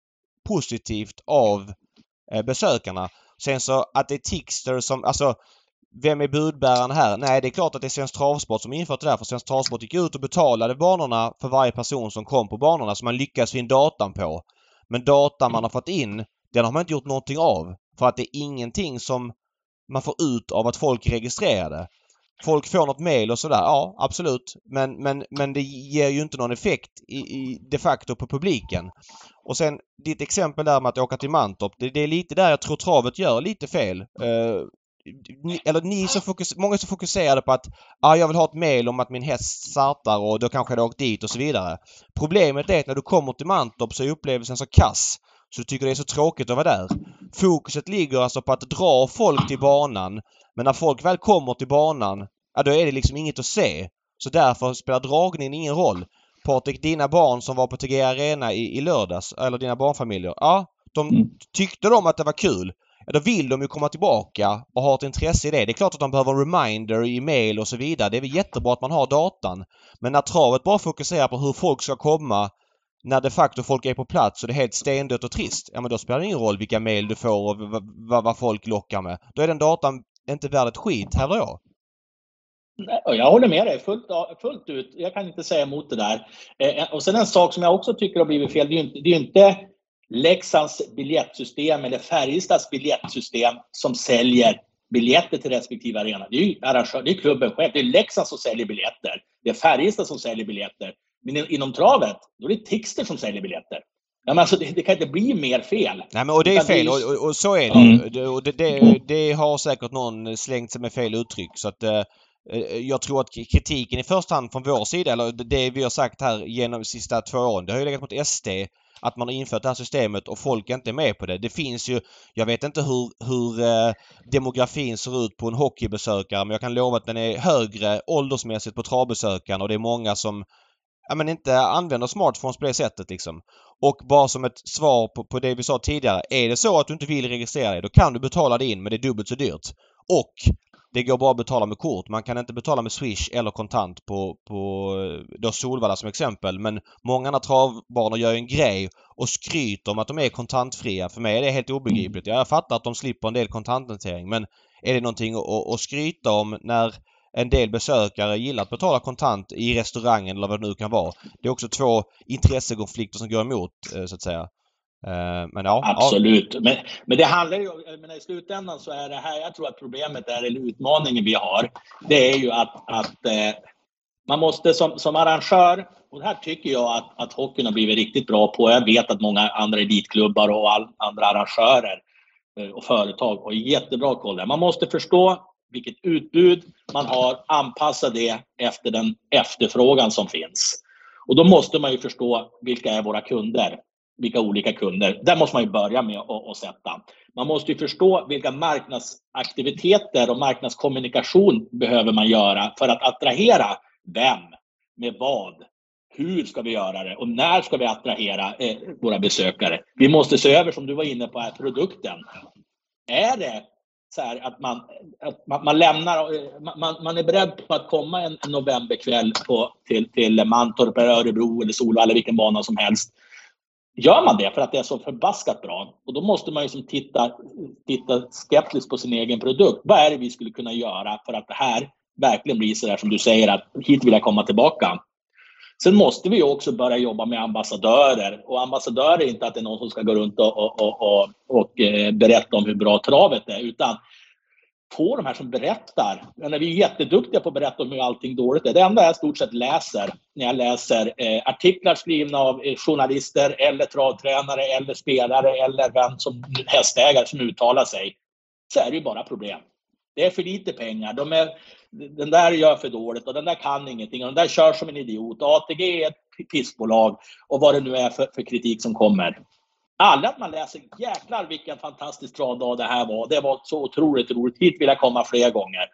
positivt av eh, besökarna. Sen så att det är Tixter som, alltså vem är budbäraren här? Nej, det är klart att det är Svensk Travsport som infört det där. För Svensk Travsport gick ut och betalade banorna för varje person som kom på banorna. Så man lyckas få in datan på. Men datan man har fått in, den har man inte gjort någonting av. För att det är ingenting som man får ut av att folk är registrerade. Folk får något mejl och sådär, ja absolut. Men, men, men det ger ju inte någon effekt i, i de facto på publiken. Och sen ditt exempel där med att åka till Mantorp, det, det är lite där jag tror travet gör lite fel. Uh, ni, eller ni som fokus, många som fokuserade på att ah, jag vill ha ett mejl om att min häst startar och då kanske jag hade åkt dit och så vidare. Problemet är att när du kommer till Mantorp så är upplevelsen så kass. Så du tycker det är så tråkigt att vara där. Fokuset ligger alltså på att dra folk till banan. Men när folk väl kommer till banan, ja, då är det liksom inget att se. Så därför spelar dragningen ingen roll. Patrik, dina barn som var på T G Arena i, i lördags, eller dina barnfamiljer, ja, de mm. tyckte de att det var kul. Ja, då vill de ju komma tillbaka och ha ett intresse i det. Det är klart att de behöver en reminder i e-mail och så vidare. Det är väl jättebra att man har datan. Men när travet bara fokuserar på hur folk ska komma när de facto folk är på plats och det är helt stendött och trist, ja men då spelar det ingen roll vilka mejl du får och vad, vad, vad folk lockar med. Då är den datan inte värd ett skit, hävdar jag. Jag håller med dig fullt, fullt ut. Jag kan inte säga emot det där. Eh, och sen en sak som jag också tycker har blivit fel. Det är ju inte, det är inte Leksands biljettsystem eller Färjestads biljettsystem som säljer biljetter till respektive arena. Det är ju arrangör, det är klubben själv. Det är Leksand som säljer biljetter. Det är Färjestad som säljer biljetter. Men inom travet, då är det Tixter som säljer biljetter. Ja, men alltså, det, det kan inte bli mer fel. Nej, men och det är fel. Och, och, och så är det. Mm. Och det, det, det har säkert någon slängt sig med fel uttryck. Så att eh, jag tror att kritiken i första hand från vår sida, eller det vi har sagt här genom de sista två åren, det har ju legat mot S D att man har infört det här systemet och folk är inte med på det. Det finns ju, jag vet inte hur, hur eh, demografin ser ut på en hockeybesökare, men jag kan lova att den är högre åldersmässigt på travbesökaren och det är många som ja, men inte använder smartphones på det sättet liksom. Och bara som ett svar på, på det vi sa tidigare. Är det så att du inte vill registrera dig, då kan du betala det in, men det är dubbelt så dyrt. Och det går bara att betala med kort. Man kan inte betala med Swish eller kontant på, på då Solvalla som exempel. Men många andra travbanor gör en grej och skryter om att de är kontantfria. För mig är det helt obegripligt. Jag fattar att de slipper en del kontanthantering. Men är det någonting att, att skryta om när en del besökare gillar att betala kontant i restaurangen eller vad det nu kan vara? Det är också två intressekonflikter som går emot så att säga. Men ja, absolut. Ja. Men, men det handlar ju men i slutändan så är det här, jag tror att problemet är, eller utmaningen vi har, det är ju att, att eh, man måste som, som arrangör, och det här tycker jag att, att hockeyn har blivit riktigt bra på. Jag vet att många andra elitklubbar och all, andra arrangörer eh, och företag har jättebra koll där. Man måste förstå vilket utbud man har, anpassa det efter den efterfrågan som finns. Och då måste man ju förstå vilka är våra kunder. Vilka olika kunder. Där måste man ju börja med att, att sätta. Man måste ju förstå vilka marknadsaktiviteter och marknadskommunikation behöver man göra för att attrahera vem, med vad, hur ska vi göra det och när ska vi attrahera eh, våra besökare. Vi måste se över, som du var inne på här, produkten. Är det så här att man, att man, man lämnar, man, man är beredd på att komma en, en novemberkväll på, till, till Mantorp eller Örebro eller Solvalla eller vilken bana som helst. Gör man det för att det är så förbaskat bra, och då måste man ju som titta, titta skeptiskt på sin egen produkt. Vad är det vi skulle kunna göra för att det här verkligen blir så där som du säger, att hit vill jag komma tillbaka. Sen måste vi också börja jobba med ambassadörer. Och ambassadörer är inte att det är någon som ska gå runt och, och, och, och, och berätta om hur bra travet är, utan få de här som berättar. Men vi är jätteduktiga på att berätta om hur allting dåligt är. Det enda jag stort sett läser när jag läser eh, artiklar skrivna av eh, journalister eller travtränare eller spelare eller vem som hästägare som uttalar sig, så är det ju bara problem. Det är för lite pengar. De är, den där gör för dåligt och den där kan ingenting. Och den där kör som en idiot. A T G är ett pissbolag och vad det nu är för, för kritik som kommer. Alla att man läser, jäklar vilken fantastisk travdag det här var. Det var så otroligt roligt. Hit vill jag komma fler gånger.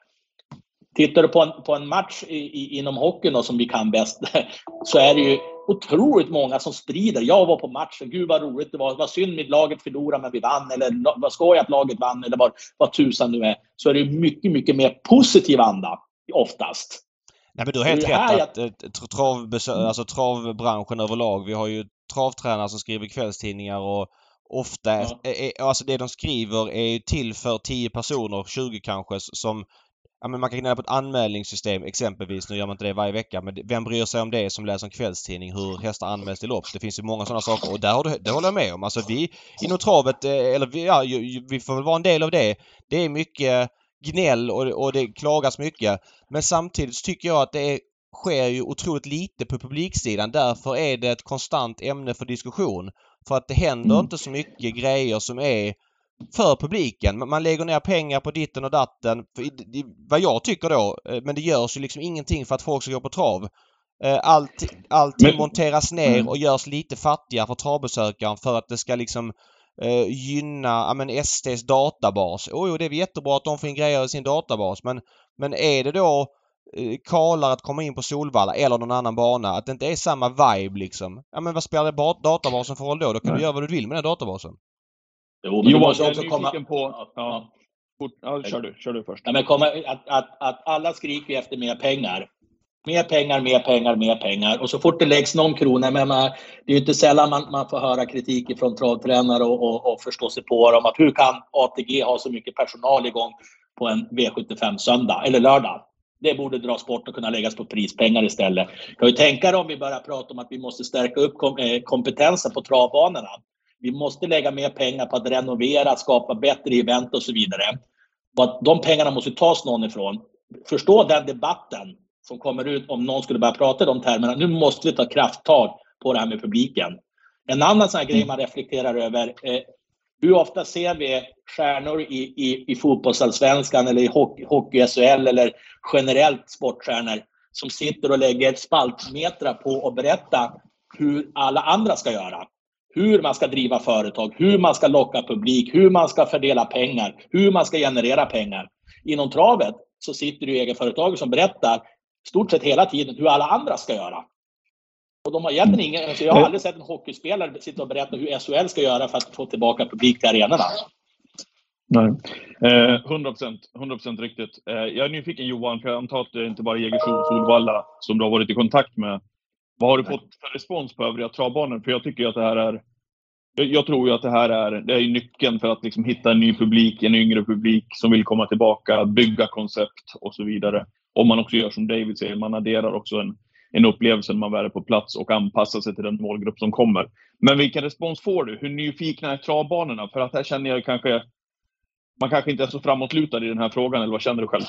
Tittar du på en, på en match i, i, inom hockeyn då, som vi kan bäst, så är det ju otroligt många som sprider. Jag var på matchen, gud vad roligt det var. Vad synd mitt laget förlorade men vi vann. Eller vad skoj att laget vann. Eller vad, vad tusan nu är. Så är det mycket, mycket mer positiv anda oftast. Nej, men du har helt rätt att jag... trav, alltså, travbranschen överlag. Vi har ju travtränare som skriver kvällstidningar och ofta, ja. är, alltså det de skriver är till för tio personer, tjugo kanske, som ja, men man kan gnälla på ett anmälningssystem exempelvis. Nu gör man inte det varje vecka, men vem bryr sig om det som läser en kvällstidning, hur hästar anmäls till lopp? Det finns ju många sådana saker och där har du, det håller jag med om. Alltså vi inom travet, eller vi, ja, vi får väl vara en del av det. Det är mycket gnäll och, och det klagas mycket. Men samtidigt tycker jag att det är, sker ju otroligt lite på publiksidan. Därför är det ett konstant ämne för diskussion. För att det händer mm. inte så mycket grejer som är för publiken. Man lägger ner pengar på ditten och datten. För det, vad jag tycker då. Men det görs ju liksom ingenting för att folk ska gå på trav. Allt, allting men, monteras ner mm. och görs lite fattigare för travbesökaren för att det ska liksom eh, gynna ja, men S T:s databas. Oh, jo, det är jättebra att de får in grejer i sin databas. Men, men är det då eh, kallar att komma in på Solvalla eller någon annan bana, att det inte är samma vibe liksom. Ja, men vad spelar det databasen för roll då? Då kan Nej. du göra vad du vill med den databasen. Jo, men Johan, måste jag också är komma... på... Ja, ja. Ja, kör du, kör du först. Ja, men komma, att, att, att alla skriker efter mer pengar. Mer pengar, mer pengar, mer pengar. Och så fort det läggs någon krona, men man, det är ju inte sällan man, man får höra kritik från travtränare och, och, och förstå sig på dem. Att hur kan A T G ha så mycket personal igång på en V sjuttiofem söndag eller lördag? Det borde dras bort och kunna läggas på prispengar istället. Jag kan ju tänka dig om vi börjar prata om att vi måste stärka upp kom, eh, kompetensen på travbanorna. Vi måste lägga mer pengar på att renovera, skapa bättre event och så vidare. Och att de pengarna måste tas någon ifrån. Förstå den debatten som kommer ut om någon skulle börja prata i de termerna. Nu måste vi ta krafttag på det här med publiken. En annan sån här grej man reflekterar över. Eh, hur ofta ser vi stjärnor i, i, i fotbollsallsvenskan eller i hockey, hockey S H L eller generellt sportstjärnor som sitter och lägger spaltmetrar på att berätta hur alla andra ska göra. Hur man ska driva företag, hur man ska locka publik, hur man ska fördela pengar, hur man ska generera pengar. Inom travet så sitter det ju egenföretag som berättar stort sett hela tiden hur alla andra ska göra. Och de har egentligen ingen, alltså jag har aldrig sett en hockeyspelare sitta och berätta hur S H L ska göra för att få tillbaka publik till arenorna. Nej, eh, hundra procent, hundra procent riktigt. Eh, jag är nyfiken Johan, för jag antar att det inte bara är Jägersro och Solvalla som du har varit i kontakt med. Vad har du fått för respons på övriga travbanor? För jag tycker ju att det här är... Jag, jag tror ju att det här är, det är nyckeln för att liksom hitta en ny publik, en yngre publik som vill komma tillbaka, bygga koncept och så vidare. Om man också gör som David säger, man adderar också en, en upplevelse när man väl är på plats och anpassar sig till den målgrupp som kommer. Men vilken respons får du? Hur nyfikna är travbanorna? För att här känner jag kanske... Man kanske inte är så framåtlutad i den här frågan, eller vad känner du själv?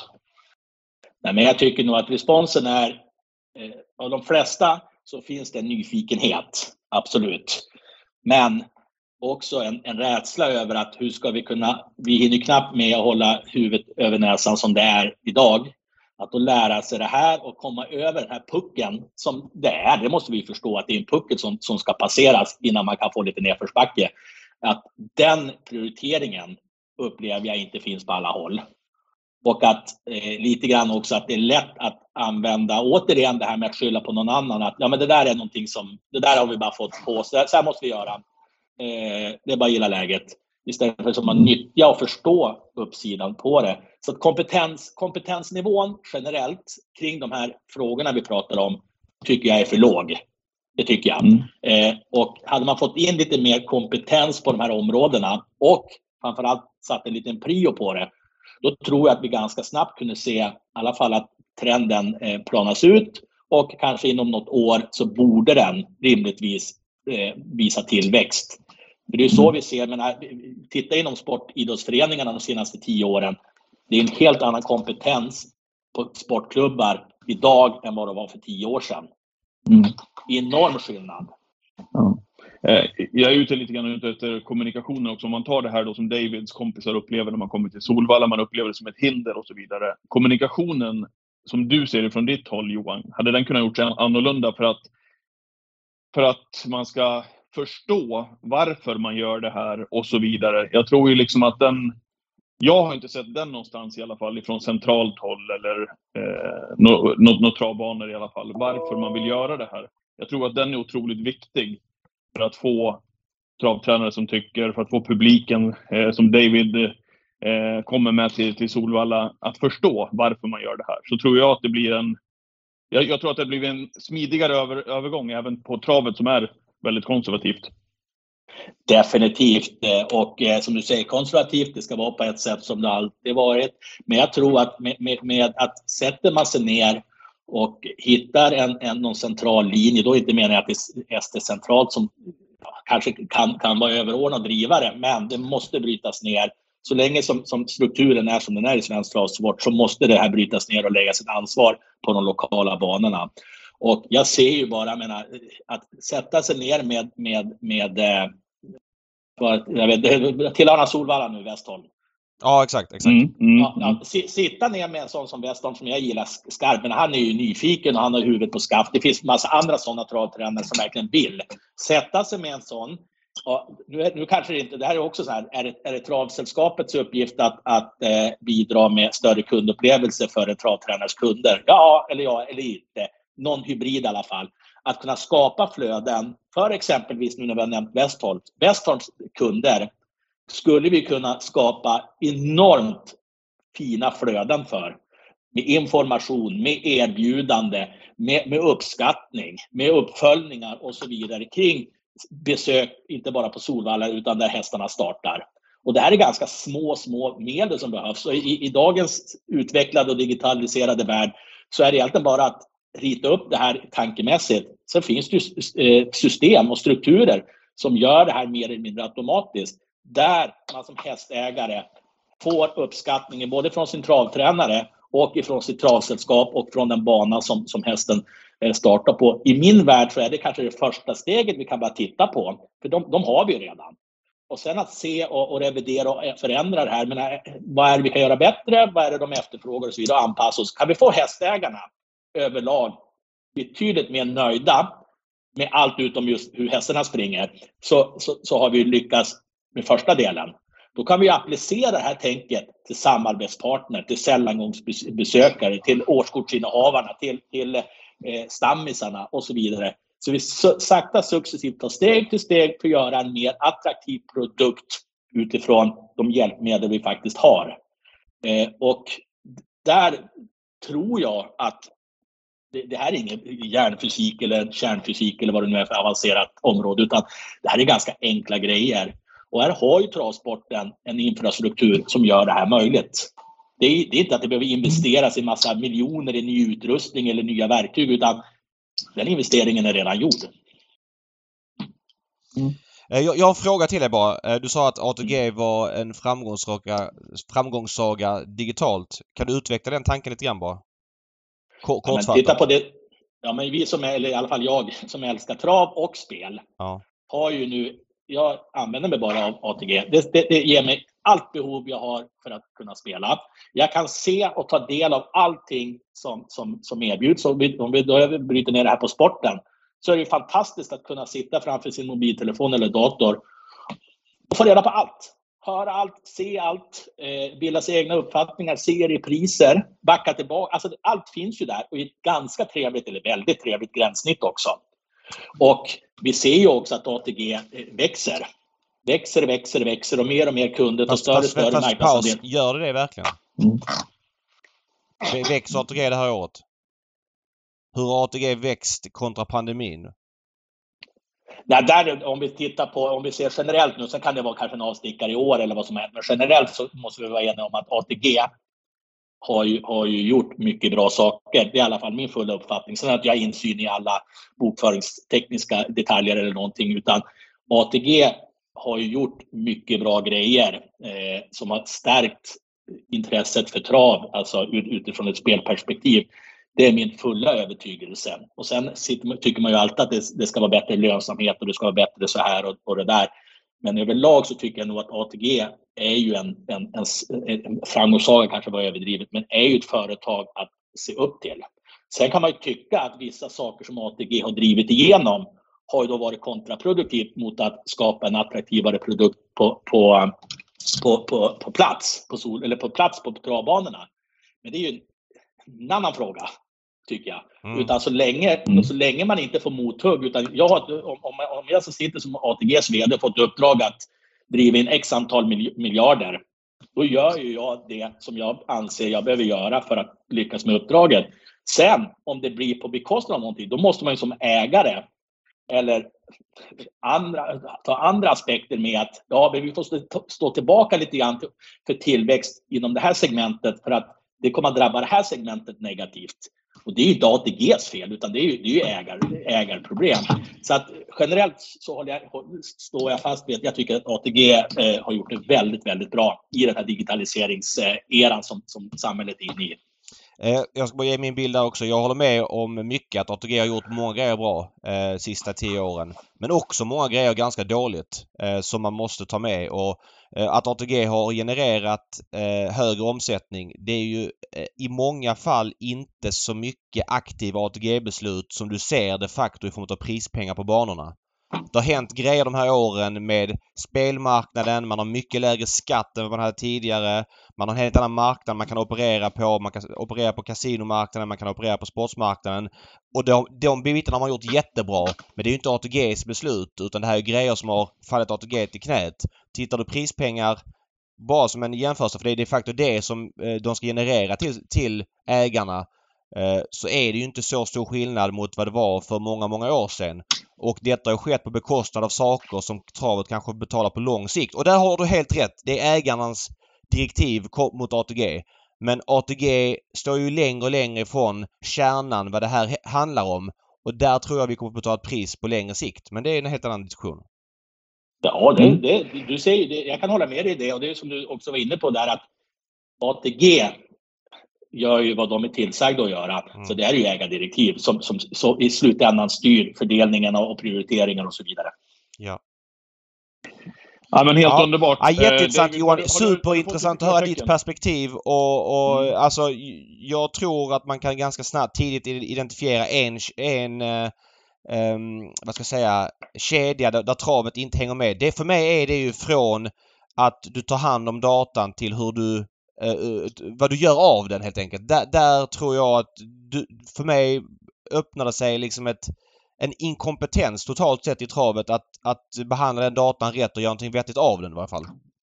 Nej, men jag tycker nog att responsen är... Eh, av de flesta så finns det en nyfikenhet, absolut. Men också en, en rädsla över att hur ska vi kunna... Vi hinner knappt med att hålla huvudet över näsan som det är idag. Att då lära sig det här och komma över den här pucken som det är. Det måste vi förstå att det är en pucken som, som ska passeras innan man kan få lite nedförsbacke. Att den prioriteringen upplever jag inte finns på alla håll. Och att eh, lite grann också att det är lätt att använda återigen det här med att skylla på någon annan. Att ja, men det där är någonting som, det där har vi bara fått på oss. Så här måste vi göra. Eh, det är bara att gilla läget. Istället för som att nyttja och förstå uppsidan på det. Så att kompetens, kompetensnivån generellt kring de här frågorna vi pratar om tycker jag är för låg. Det tycker jag. Mm. Eh, och hade man fått in lite mer kompetens på de här områdena och framförallt satt en liten prio på det, då tror jag att vi ganska snabbt kunde se i alla fall att trenden eh, planas ut och kanske inom något år så borde den rimligtvis eh, visa tillväxt. För det är så vi ser, men titta inom sportidrottsföreningarna de senaste tio åren. Det är en helt annan kompetens på sportklubbar idag än vad det var för tio år sedan. Mm. Enorm skillnad. Ja. Jag är ute lite grann ute efter kommunikationen också. Om man tar det här då som Davids kompisar upplever när man kommer till Solvalla, man upplever det som ett hinder och så vidare. Kommunikationen som du ser det från ditt håll, Johan, hade den kunnat gjort annorlunda för att, för att man ska förstå varför man gör det här och så vidare. Jag tror ju liksom att den, jag har inte sett den någonstans i alla fall ifrån centralt håll eller eh, något no, no, travbanor i alla fall, varför man vill göra det här. Jag tror att den är otroligt viktig för att få travtränare som tycker, för att få publiken eh, som David eh, kommer med till, till Solvalla att förstå varför man gör det här. Så tror jag att det blir en, jag, jag tror att det blir en smidigare över, övergång även på travet som är väldigt konservativt. Definitivt. Och eh, som du säger, konservativt, det ska vara på ett sätt som det alltid varit. Men jag tror att med, med, med att sätter man sig ner och hittar en, en någon central linje, då inte menar jag att det är S D centralt som ja, kanske kan, kan vara överordnad drivare, men det måste brytas ner. Så länge som, som strukturen är som den är i svensk travsport så måste det här brytas ner och läggas ett ansvar på de lokala banorna. Och jag ser ju bara, menar, att sätta sig ner med, med, med för, jag vet, tillhörna Solvalla nu, Westholm. Ja, exakt. exakt. Mm, mm, ja, ja, sitta ner med en sån som Westholm som jag gillar skarpt, men han är ju nyfiken och han har huvudet på skaft. Det finns en massa andra sådana travtränare som verkligen vill. Sätta sig med en sån. Ja, nu, nu kanske det inte, det här är också så här, är det, är det travsällskapets uppgift att, att eh, bidra med större kundupplevelse för en travtränares kunder? Ja, eller ja, eller inte. Någon hybrid i alla fall. Att kunna skapa flöden för exempelvis nu när vi har nämnt Westholm. Westholms kunder skulle vi kunna skapa enormt fina flöden för. Med information, med erbjudande, med, med uppskattning, med uppföljningar och så vidare kring besök, inte bara på Solvalla utan där hästarna startar. Och det här är ganska små, små medel som behövs. Och i, i dagens utvecklade och digitaliserade värld så är det egentligen bara att rita upp det här tankemässigt. Så finns det ju system och strukturer som gör det här mer eller mindre automatiskt. Där man som hästägare får uppskattning både från sin travtränare och ifrån sitt travsällskap och från den bana som, som hästen startar på. I min värld så är det kanske det första steget vi kan bara titta på. För de, de har vi ju redan. Och sen att se och, och revidera och förändra det här. Men vad är det vi kan göra bättre? Vad är det de efterfrågar och så vidare? Och anpassa oss. Kan vi få hästägarna överlag betydligt mer nöjda med allt utom just hur hästarna springer, så, så, så har vi lyckats med första delen. Då kan vi applicera det här tänket till samarbetspartner, till sällangångsbesökare, till årskortsinnehavarna, till, till eh, stammisarna och så vidare. Så vi sakta successivt tar steg till steg för att göra en mer attraktiv produkt utifrån de hjälpmedel vi faktiskt har. Eh, och där tror jag att det, det här är ingen hjärnfysik eller kärnfysik eller vad det nu är för avancerat område, utan det här är ganska enkla grejer. Och här har ju travsporten en infrastruktur som gör det här möjligt. Det är, det är inte att det behöver investeras i massa miljoner i ny utrustning eller nya verktyg, utan den investeringen är redan gjord. Mm. Jag, jag har en fråga till dig bara. Du sa att A T G var en framgångssaga, framgångssaga digitalt. Kan du utveckla den tanken lite grann bara? Kort, ja, men titta på det. Ja, men vi som är, eller i alla fall jag som älskar trav och spel, ja, har ju nu jag använder mig bara av A T G. Det, det, det ger mig allt behov jag har för att kunna spela. Jag kan se och ta del av allting som, som, som erbjuds. Om vi, om vi då bryter ner det här på sporten, så är det fantastiskt att kunna sitta framför sin mobiltelefon eller dator och få reda på allt. Höra allt, se allt, eh, bilda sig egna uppfattningar, se repriser, backa tillbaka. Alltså allt finns ju där och i ett ganska trevligt, eller väldigt trevligt gränssnitt också. Och vi ser ju också att A T G växer. Växer, växer, växer och mer och mer kunder och större, fast, större fast, marknadsandel. Paus, gör det det verkligen? Mm. Växer A T G det här året? Hur har A T G växt kontra pandemin? Nej, där, om vi tittar på, om vi ser generellt nu, så kan det vara kanske en avstickare i år eller vad som är. Men generellt så måste vi vara eniga om att A T G har ju, har ju gjort mycket bra saker. Det är i alla fall min fulla uppfattning. Sen att jag har insyn i alla bokföringstekniska detaljer eller någonting, utan A T G har ju gjort mycket bra grejer eh, som har stärkt intresset för trav, alltså ut, utifrån ett spelperspektiv. Det är min fulla övertygelse. Och sen sitter, tycker man ju alltid att det, det ska vara bättre lönsamhet och det ska vara bättre så här och, och det där. Men överlag så tycker jag nog att A T G är ju en, en, en, en framgångssaga, kanske var överdrivet, men är ju ett företag att se upp till. Sen kan man ju tycka att vissa saker som A T G har drivit igenom har ju då varit kontraproduktivt mot att skapa en attraktivare produkt på, på, på, på, på plats på sol, eller på plats på travbanorna. Men det är ju en annan fråga, tycker jag. Mm. Utan så länge, mm. så länge man inte får mothugg, utan jag har, om, om jag som sitter som A T G:s vd fått uppdrag att driva in x antal miljarder, då gör ju jag det som jag anser jag behöver göra för att lyckas med uppdraget. Sen, om det blir på bekostnad av någonting, då måste man ju som ägare eller andra, ta andra aspekter med att ja, vi får stå, stå tillbaka lite grann för tillväxt inom det här segmentet, för att det kommer att drabba det här segmentet negativt. Och det är ju inte A T G:s fel, utan det är ju, det är ju ägar, ägarproblem. Så att generellt så håller jag, står jag fast vid att jag tycker att A T G eh, har gjort det väldigt, väldigt bra i den här digitaliseringseran som, som samhället är inne i. Jag ska bara ge min bild där också. Jag håller med om mycket att A T G har gjort många grejer bra eh, sista tio åren. Men också många grejer ganska dåligt eh, som man måste ta med. Och eh, att A T G har genererat eh, högre omsättning, det är ju eh, i många fall inte så mycket aktiva A T G-beslut som du ser de facto i form av prispengar på banorna. Det har hänt grejer de här åren med spelmarknaden. Man har mycket lägre skatt än vad man hade tidigare. Man har en helt annan marknad man kan operera på. Man kan operera på kasinomarknaden, man kan operera på sportsmarknaden. Och de, de bitarna har man gjort jättebra. Men det är ju inte A T G:s beslut, utan det här är grejer som har fallit A T G till knät. Tittar du prispengar bara som en jämförelse, för det är de facto det som de ska generera till, till ägarna, så är det ju inte så stor skillnad mot vad det var för många, många år sedan. Och detta har skett på bekostnad av saker som travet kanske betalar på lång sikt. Och där har du helt rätt. Det är ägarnas direktiv mot A T G. Men A T G står ju längre och längre ifrån kärnan vad det här handlar om. Och där tror jag vi kommer att betala ett pris på längre sikt. Men det är en helt annan diskussion. Ja, det, det, du säger, det, jag kan hålla med dig i det. Och det är som du också var inne på där, att A T G gör ju vad de är tillsagda att göra. Mm. Så det är ju ägardirektiv som, som så i slutändan styr fördelningen och prioriteringar och så vidare. Ja. Ja, men helt ja. underbart. Ja, jätteintressant eh, Johan. Superintressant att höra ditt perspektiv. Och, och mm. alltså, jag tror att man kan ganska snabbt tidigt identifiera en, en um, vad ska jag säga, kedja där, där travet inte hänger med. Det för mig är det ju från att du tar hand om datan till hur du Uh, vad du gör av den helt enkelt. Där, där tror jag att du, för mig öppnade sig liksom ett, en inkompetens totalt sett i travet att, att behandla den datan rätt och göra någonting vettigt av den i varje fall.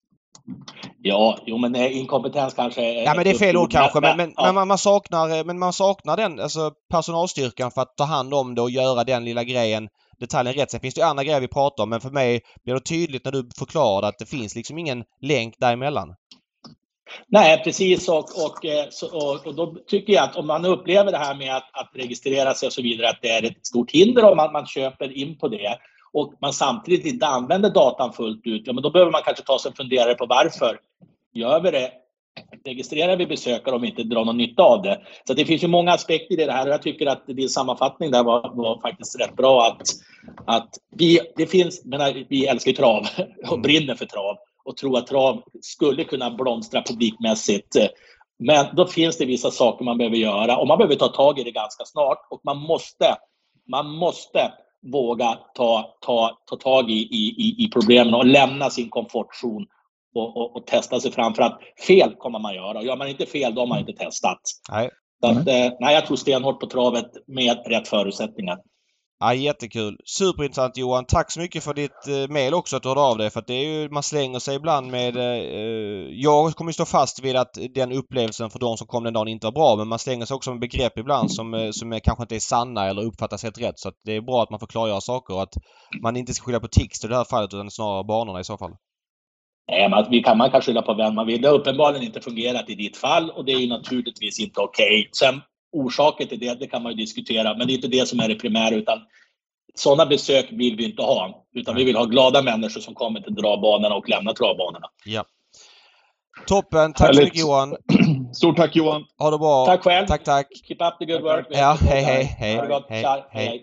Ja, jo men inkompetens kanske... Ja, men det är fel ord kanske. Men, men, ja. men man, man, saknar, men man saknar den alltså personalstyrkan för att ta hand om det och göra den lilla grejen, detaljen rätt. Sen finns det ju andra grejer vi pratar om, men för mig blir det tydligt när du förklarar att det finns liksom ingen länk däremellan. Nej, precis. Och, och, och, och då tycker jag att om man upplever det här med att, att registrera sig och så vidare, att det är ett stort hinder om man, man köper in på det och man samtidigt inte använder datan fullt ut, ja, men då behöver man kanske ta sig en funderare på varför gör vi det registrerar vi besökare om vi inte drar någon nytta av det? Så det finns ju många aspekter i det här och jag tycker att din sammanfattning där var, var faktiskt rätt bra. Att, att vi, det finns, menar, vi älskar ju trav och brinner för trav och tror att trav skulle kunna blomstra publikmässigt. Men då finns det vissa saker man behöver göra och man behöver ta tag i det ganska snart och man måste, man måste våga ta, ta, ta tag i, i, i problemen och lämna sin komfortzon och, och, och testa sig fram. För att fel kommer man göra. Och gör man inte fel, då har man inte testat. Nej. Så att, eh, nej, jag tror stenhårt på travet med rätt förutsättningar. Ja, jättekul. Superintressant Johan. Tack så mycket för ditt eh, mejl också att du hörde av dig. För att det är ju, man slänger sig ibland med... Eh, jag kommer ju stå fast vid att den upplevelsen för de som kom den dagen inte var bra. Men man slänger sig också med begrepp ibland som, eh, som är, kanske inte är sanna eller uppfattas helt rätt. Så att det är bra att man får klargöra saker och att man inte ska skylla på tics i det här fallet utan snarare banorna i så fall. Nej, men vi kan, man kan skylla på vem man vill. Det har uppenbarligen inte fungerat i ditt fall och det är ju naturligtvis inte okej. Okay. Sen orsaken till det, det kan man ju diskutera, men det är inte det som är det primära utan sådana besök vill vi inte ha. Utan vi vill ha glada människor som kommer till dragbanorna och lämnar travbanorna. Ja. Toppen, tack så mycket Johan. Stort tack Johan. Ha det bra. Tack själv. Tack, tack. Keep up the good work. Ja, hej, hej, hej. Hej, hej, hej.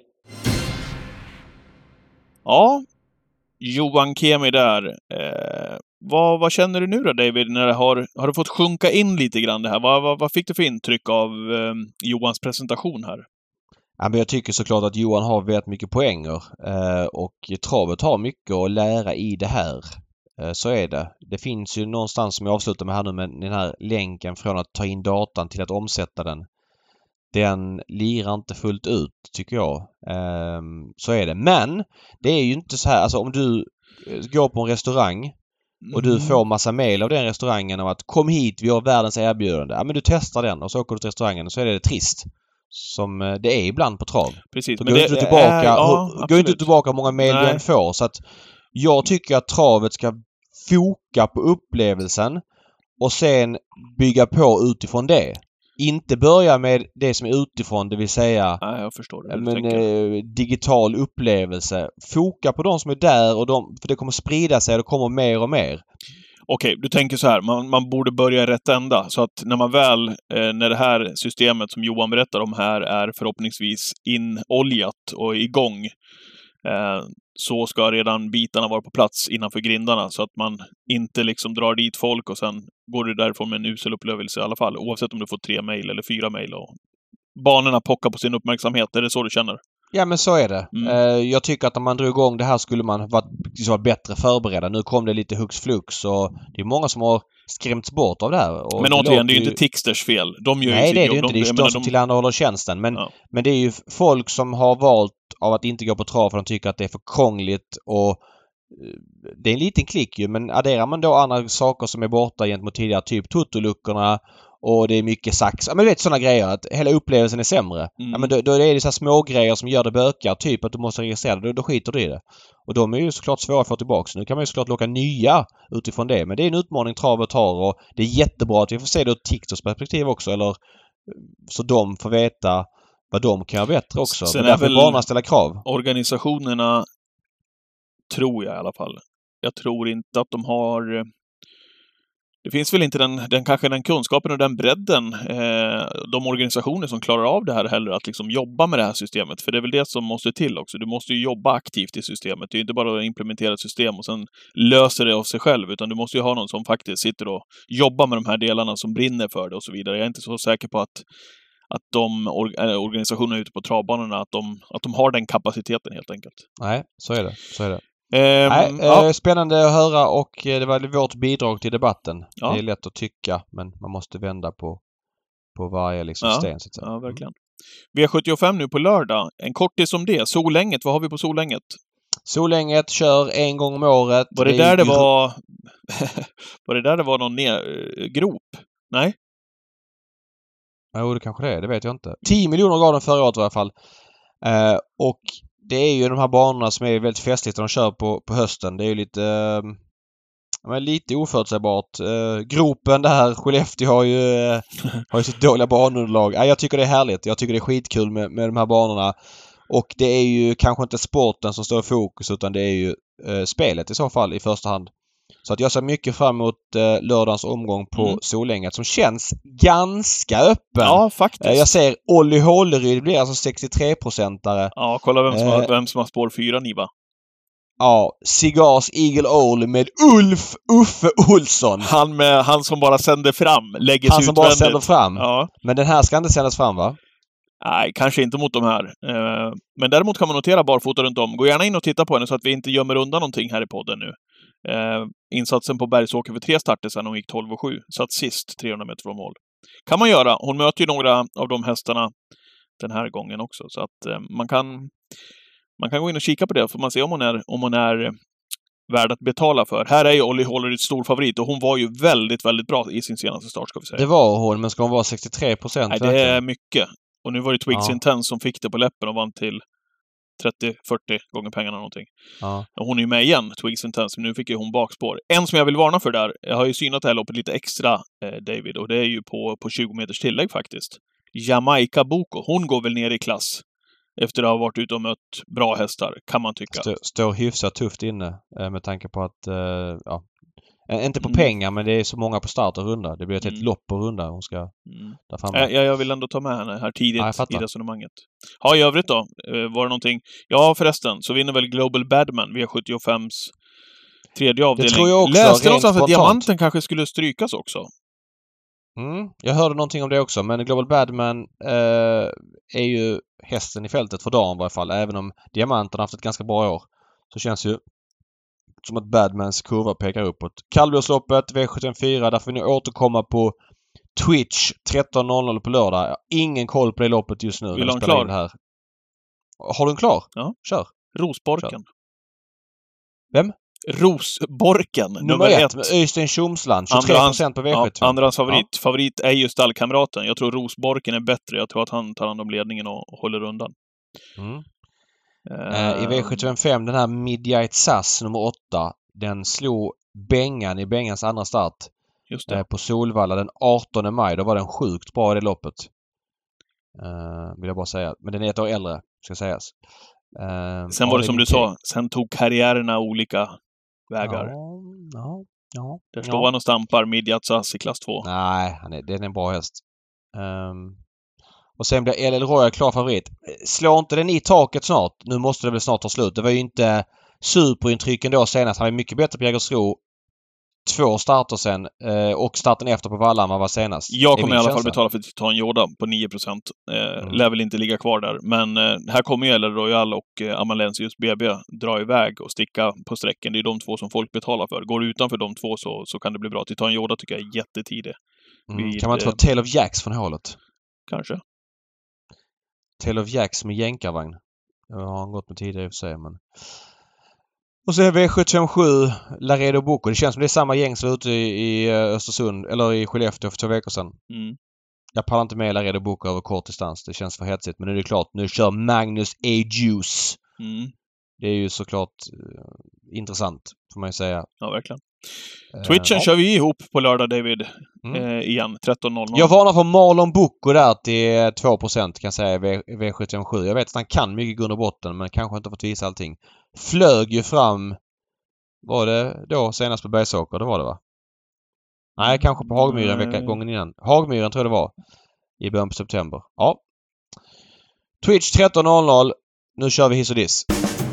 Ja, Johan Kemi där. Eh, vad, vad känner du nu då David? När det har, har du fått sjunka in lite grann det här? Vad, vad, vad fick du för intryck av eh, Johans presentation här? Ja, men jag tycker såklart att Johan har väldigt mycket poänger eh, och travet har mycket att lära i det här. Eh, så är det. Det finns ju någonstans som jag avslutar med här nu med den här länken från att ta in datan till att omsätta den. Den lirar inte fullt ut tycker jag. Eh, så är det. Men det är ju inte så här, alltså om du går på en restaurang och du får massa mejl av den restaurangen om att kom hit, vi har världens erbjudande. Ja men du testar den och så åker du till restaurangen och så är det trist. Som det är ibland på trav. Precis. Så Men går det inte tillbaka, är, ja, går inte tillbaka hur många mejl du än får. Så att jag tycker att travet ska foka på upplevelsen och sen bygga på utifrån det. Inte börja med det som är utifrån, det vill säga Nej, jag förstår det. men, eh, digital upplevelse. Foka på de som är där och de, för det kommer sprida sig och det kommer mer och mer. Okej, du tänker så här, man, man borde börja i rätt ända. Så att när man väl, eh, när det här systemet som Johan berättar om här är förhoppningsvis inoljat och igång, eh, så ska redan bitarna vara på plats innanför grindarna så att man inte liksom drar dit folk och sen går du därifrån med en usel upplevelse i alla fall. Oavsett om du får tre mejl eller fyra mejl och banorna pockar på sin uppmärksamhet. Är det så du känner? Ja men så är det. Mm. Uh, jag tycker att när man drog igång det här skulle man varit, liksom, varit bättre förberedda. Nu kom det lite hux flux och det är många som har skrämts bort av det här. Och men det återigen, det är ju ju inte Tixters fel. De gör Nej, ju det är det jobb. ju inte. Det är ju de, de som de... tillhandahåller tjänsten. Men, ja. men det är ju folk som har valt av att inte gå på trav för de tycker att det är för krångligt och det är en liten klick ju. Men adderar man då andra saker som är borta gentemot tidigare, typ totoluckorna och det är mycket sax. Ja, men du vet sådana grejer att hela upplevelsen är sämre. Mm. Ja, men då, då är det så här små grejer som gör det bökar. Typ att du måste registrera det. Då, då skiter du i det. Och de är ju såklart svåra att få tillbaka. Så nu kan man ju såklart locka nya utifrån det. Men det är en utmaning travet har och det är jättebra att vi får se det ur Tixters perspektiv också. Eller så de får veta vad de kan göra bättre också. Sen men därför väl bara ställa krav. Organisationerna, tror jag i alla fall. Jag tror inte att de har... Det finns väl inte den, den kanske den kunskapen och den bredden, eh, de organisationer som klarar av det här heller, att liksom jobba med det här systemet. För det är väl det som måste till också. Du måste ju jobba aktivt i systemet. Det är ju inte bara att implementera ett system och sen löser det av sig själv, utan du måste ju ha någon som faktiskt sitter och jobbar med de här delarna, som brinner för det och så vidare. Jag är inte så säker på att, att de or, äh, organisationerna ute på travbanorna, att de, att de har den kapaciteten helt enkelt. Nej, så är det. Så är det. Eh, Nej, ja. eh, spännande att höra och det var vårt bidrag till debatten. Ja. Det är lätt att tycka men man måste vända på, på varje liksom ja. sten. Så att säga. Ja, verkligen. V sjuttiofem nu på lördag. En kortis om det. Solänget, vad har vi på Solänget? Solänget kör en gång om året. Var det, det där det var... var det där det var någon ner... grop? Nej? Jo, det kanske det är. Det vet jag inte. tio miljoner gav den förra året i alla fall. Eh, och det är ju de här banorna som är väldigt festligt när de kör på, på hösten. Det är ju lite, eh, lite oförutsägbart. Eh, gropen där, Skellefteå har ju, eh, har ju sitt dåliga banunderlag. Eh, jag tycker det är härligt. Jag tycker det är skitkul med, med de här banorna. Och det är ju kanske inte sporten som står i fokus utan det är ju eh, spelet i så fall i första hand. Så att jag ser mycket fram emot eh, lördagens omgång på Mm. Solänget som känns ganska öppen. Ja, faktiskt. Eh, jag ser Olli Håleryd blir alltså sextiotre-procentare. Ja, kolla vem som, har, Eh. vem som har spår fyra, Niva. Ja, Cigars Eagle Owl med Ulf Uffe Olsson. Han, med, han som bara sänder fram, lägger sig Han som bara utvändigt. sänder fram. Ja. Men den här ska inte sändas fram, va? Nej, kanske inte mot de här. Eh, men däremot kan man notera barfota runt om. Gå gärna in och titta på henne så att vi inte gömmer undan någonting här i podden nu. Eh, insatsen på Bergsåker för tre starter sedan hon gick tolv och sju. Satt sist trehundra meter från mål. Kan man göra. Hon möter ju några av de hästarna den här gången också. Så att eh, man kan man kan gå in och kika på det. Får man se om hon är, om hon är värd att betala för. Här är ju Olli Håleryd stor favorit och hon var ju väldigt, väldigt bra i sin senaste start, ska vi säga. Det var hon, men ska hon vara sextiotre procent? Nej, det är mycket. Och nu var det Twigs Ja. Intense som fick det på läppen och vann till trettio fyrtio gånger pengarna någonting. Ja. Och hon är ju med igen, Twigs Intense, men nu fick ju hon bakspår. En som jag vill varna för där, jag har ju synat det här loppet lite extra, eh, David, och det är ju på, på tjugo meters tillägg faktiskt. Jamaica Boko, hon går väl ner i klass efter att ha varit ute och mött bra hästar, kan man tycka. Stå, står hyfsat tufft inne eh, med tanke på att, eh, ja, eh, inte på Mm. pengar, men det är så många på start och runda. Det blir ett helt Mm. lopp på runda hon ska Mm. där framme. Jag, jag vill ändå ta med henne här tidigt Ja, jag fattar. i resonemanget. Ja, i övrigt då? Eh, Var det någonting? Ja, förresten, så vinner väl Global Badman V sjuttiofems tredje avdelning. tror jag också, Läste rent någonstans att spontant. diamanten kanske skulle strykas också. Mm, jag hörde någonting om det också, men Global Badman eh, är ju hästen i fältet för dagen i varje fall. Även om Diamanten har haft ett ganska bra år så känns ju som att Badmans kurva pekar uppåt. Kallblodsloppet V sjuttiofyra, där får vi nu återkomma på Twitch tretton noll noll på lördag. Jag har ingen koll på det loppet just nu. Vill när ha vi en spelar klar? in det här. Har du en klar? Ja. Kör. Rosborken. Vem? Rosborken, nummer, Nummer ett ett. med Öystein Tjomsland. tjugotre procent på V Ja, sjuttiofem. andrans favorit. Favorit är ju stallkamraten. Jag tror Rosborken är bättre. Jag tror att han tar hand om ledningen och håller undan. Mm. Eh, Eh, I V sjuttiofem, den här Midnight Sass nummer åtta. Den slog Bengan i Bengans andra start Just eh, det. på Solvalla den artonde maj. Då var den sjukt bra i det loppet. Eh, vill jag bara säga. Men den är ett år äldre, ska sägas. Eh, Sen ja, var det som är du min sa. take. Sen tog karriärerna olika vägar. Ja, ja, ja. Där ja. står han och stampar Midjat Sass i klass två. Nej, han är, det är en bra häst. Um, och sen blir L L Royal klar favorit. Slår inte den i taket snart? Nu måste det väl snart ta slut. Det var ju inte superintrycken då senast. Han var mycket bättre på Jägersro två starter sen eh, och starten efter på Vallan var senast. Jag Det är kommer i min alla fall känsla. betala för Titan Yoda på nio procent. Eh, Mm. Lär väl inte ligga kvar där. Men eh, här kommer ju L L Royal och eh, Amalensius B B dra iväg och sticka på sträcken. Det är de två som folk betalar för. Går det utanför de två så, så kan det bli bra. Titan Yoda tycker jag är jättetidig. Mm. vid, Kan man inte eh, få Tale of Jacks från hålet? Kanske. Tale of Jacks med jänkarvagn. Jag har gått med tidigare i och för sig, men... Och så är V sjuttiofem sju Laredo Boko. Det känns som det är samma gäng som var ute i, i Östersund eller i Skellefteå för två veckor sedan. Mm. Jag pallar inte med Laredo Boko över kort distans. Det känns för hetsigt. Men nu är det klart. Nu kör Magnus A. Juice. Mm. Det är ju såklart uh, intressant, får man ju säga. Ja, verkligen. Uh, Twitchen ja. kör vi ihop på lördag, David. Mm. Eh, igen, tretton noll noll. Jag varnar för Marlon Boko där till två procent kan jag säga i V sjuttiofem sju. Jag vet att han kan mycket grund och botten men kanske inte fått visa allting. Flög ju fram... Var det då senast på Bergsåker? Det var det, va? Nej, kanske på Hagmyren vecka, Nej. gången innan. Hagmyren tror jag det var. I början på september. Ja. Twitch tretton noll noll. Nu kör vi hiss och diss.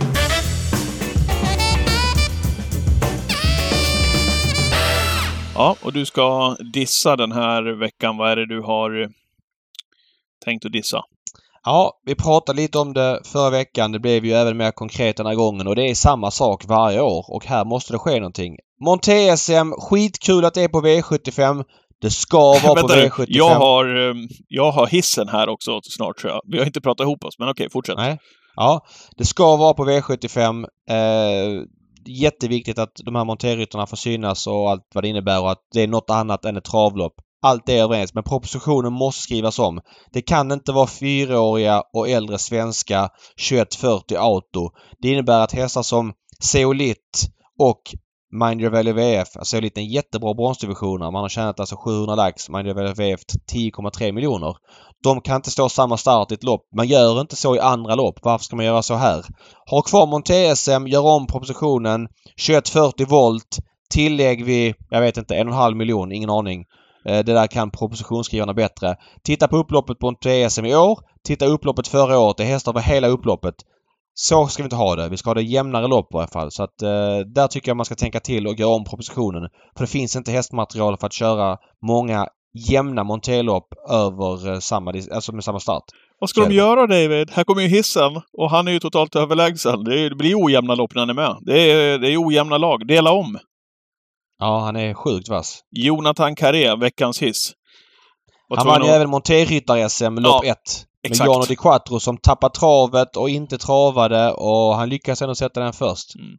Ja, och du ska dissa den här veckan. Vad är det du har eh, tänkt att dissa? Ja, vi pratade lite om det förra veckan. Det blev ju även mer konkret den här gången och det är samma sak varje år och här måste det ske någonting. Monté-S M, skitkul att det är på V sjuttiofem. Det ska vara på Vänta, V sjuttiofem. jag har, eh, jag har hissen här också snart, tror jag. Vi har inte pratat ihop oss, men okej, fortsätt. Nej. Ja, det ska vara på V sjuttiofem. Eh, jätteviktigt att de här monterryttarna får synas och allt vad det innebär och att det är något annat än ett travlopp. Allt är överens, men propositionen måste skrivas om. Det kan inte vara fyraåriga och äldre svenska tjugoett fyrtio auto. Det innebär att hästar som Zeolit och Mind Your Value V F, alltså Zeolit är en jättebra bronsdivision. Man har tjänat alltså sjuhundra lax, Mind Your Value V F tio komma tre miljoner. De kan inte stå samma start i ett lopp. Man gör inte så i andra lopp. Varför ska man göra så här? Ha kvar Monté-S M, gör om propositionen, tjugoett fyrtio volt. Tillägg vid, jag vet inte, en och en halv miljon, ingen aning. Det där kan propositionsskrivarna bättre. Titta på upploppet på en T S M i år. Titta upploppet förra året. Det är hästar över hela upploppet. Så ska vi inte ha det. Vi ska ha det jämnare lopp i alla fall. Så att eh, där tycker jag man ska tänka till och göra om propositionen. För det finns inte hästmaterial för att köra många jämna monterlopp över eh, samma, alltså med samma start. Vad ska de göra, David? Här kommer ju hissen och han är ju totalt överlägsen. Det, är, det blir ojämna lopp när han är med. Det är, det är ojämna lag. Dela om. Ja, han är sjukt vass. Jonathan Carré, veckans hiss. Vad han vann ju även monterryttar-S M lopp ja, ett. Med Jano Di Quattro som tappade travet och inte travade och han lyckades ändå sätta den först. Mm.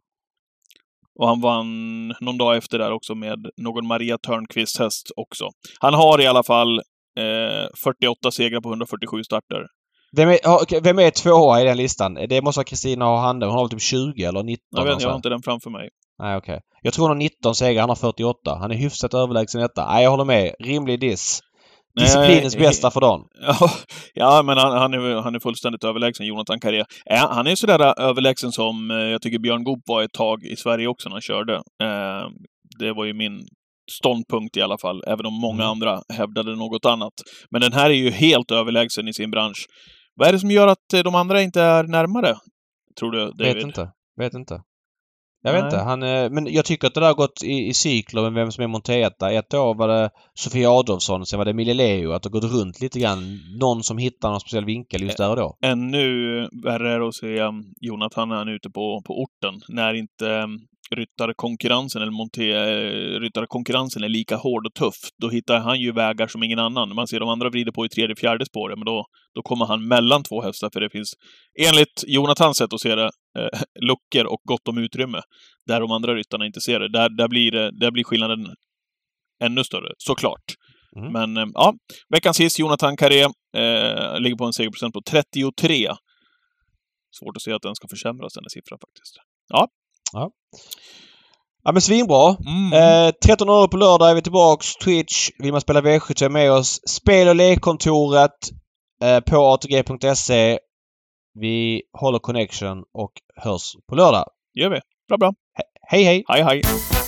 Och han vann någon dag efter där också med någon Maria Törnqvist häst också. Han har i alla fall eh, fyrtioåtta segrar på hundrafyrtiosju starter. Vem är, vem är tvåa i den listan? Det måste vara Kristina ha handen. Hon har typ tjugo eller nitton. Jag vet, jag har inte den framför mig. Nej, okej. Okay. Jag tror hon har nitton segrar. Han har fyrtioåtta. Han är hyfsat överlägsen i detta. Nej, jag håller med. Rimlig diss. Disciplinens Nej, bästa för dagen. Ja, ja men han, han, är, han är fullständigt överlägsen, Jonathan Carré. Ja, han är sådär överlägsen som jag tycker Björn Goop var ett tag i Sverige också när han körde. Eh, det var ju min ståndpunkt i alla fall, även om många mm. andra hävdade något annat. Men den här är ju helt överlägsen i sin bransch. Vad är det som gör att de andra inte är närmare, tror du, David? Vet inte. Vet inte. Jag vet inte. Han, men jag tycker att det där har gått i, i cykler med vem som är monteretta. Ett år var det Sofia Adolfsson, sen var det Mille Leo. Att det har gått runt lite grann. Någon som hittar någon speciell vinkel just där och då. Ännu värre är att se Jonathan han ute på, på orten. När inte ryttarkonkurrensen eller monté, ryttarkonkurrensen är lika hård och tuff. Då hittar han ju vägar som ingen annan. Man ser de andra vrider på i tredje, fjärde spåret. Men då, då kommer han mellan två hästar. För det finns, enligt Jonathans sätt att se det, eh, luckor och gott om utrymme. Där de andra ryttarna inte ser det. Där, där, blir, det, där blir skillnaden ännu större, såklart. Mm. Men eh, ja, veckans hiss, Jonathan Carré eh, ligger på en segerprocent på trettiotre. Svårt att se att den ska försämras, den här siffran faktiskt. Ja. Ja. Ja men svinbra. Mm. Eh, tretton år på lördag är vi tillbaks. Twitch. Vill man spela V sju så är med oss. Spel- och lekkontoret eh, på a t g punkt se. Vi håller connection och hörs på lördag. Gör vi. Bra, bra. He- hej, hej. Hej, hej.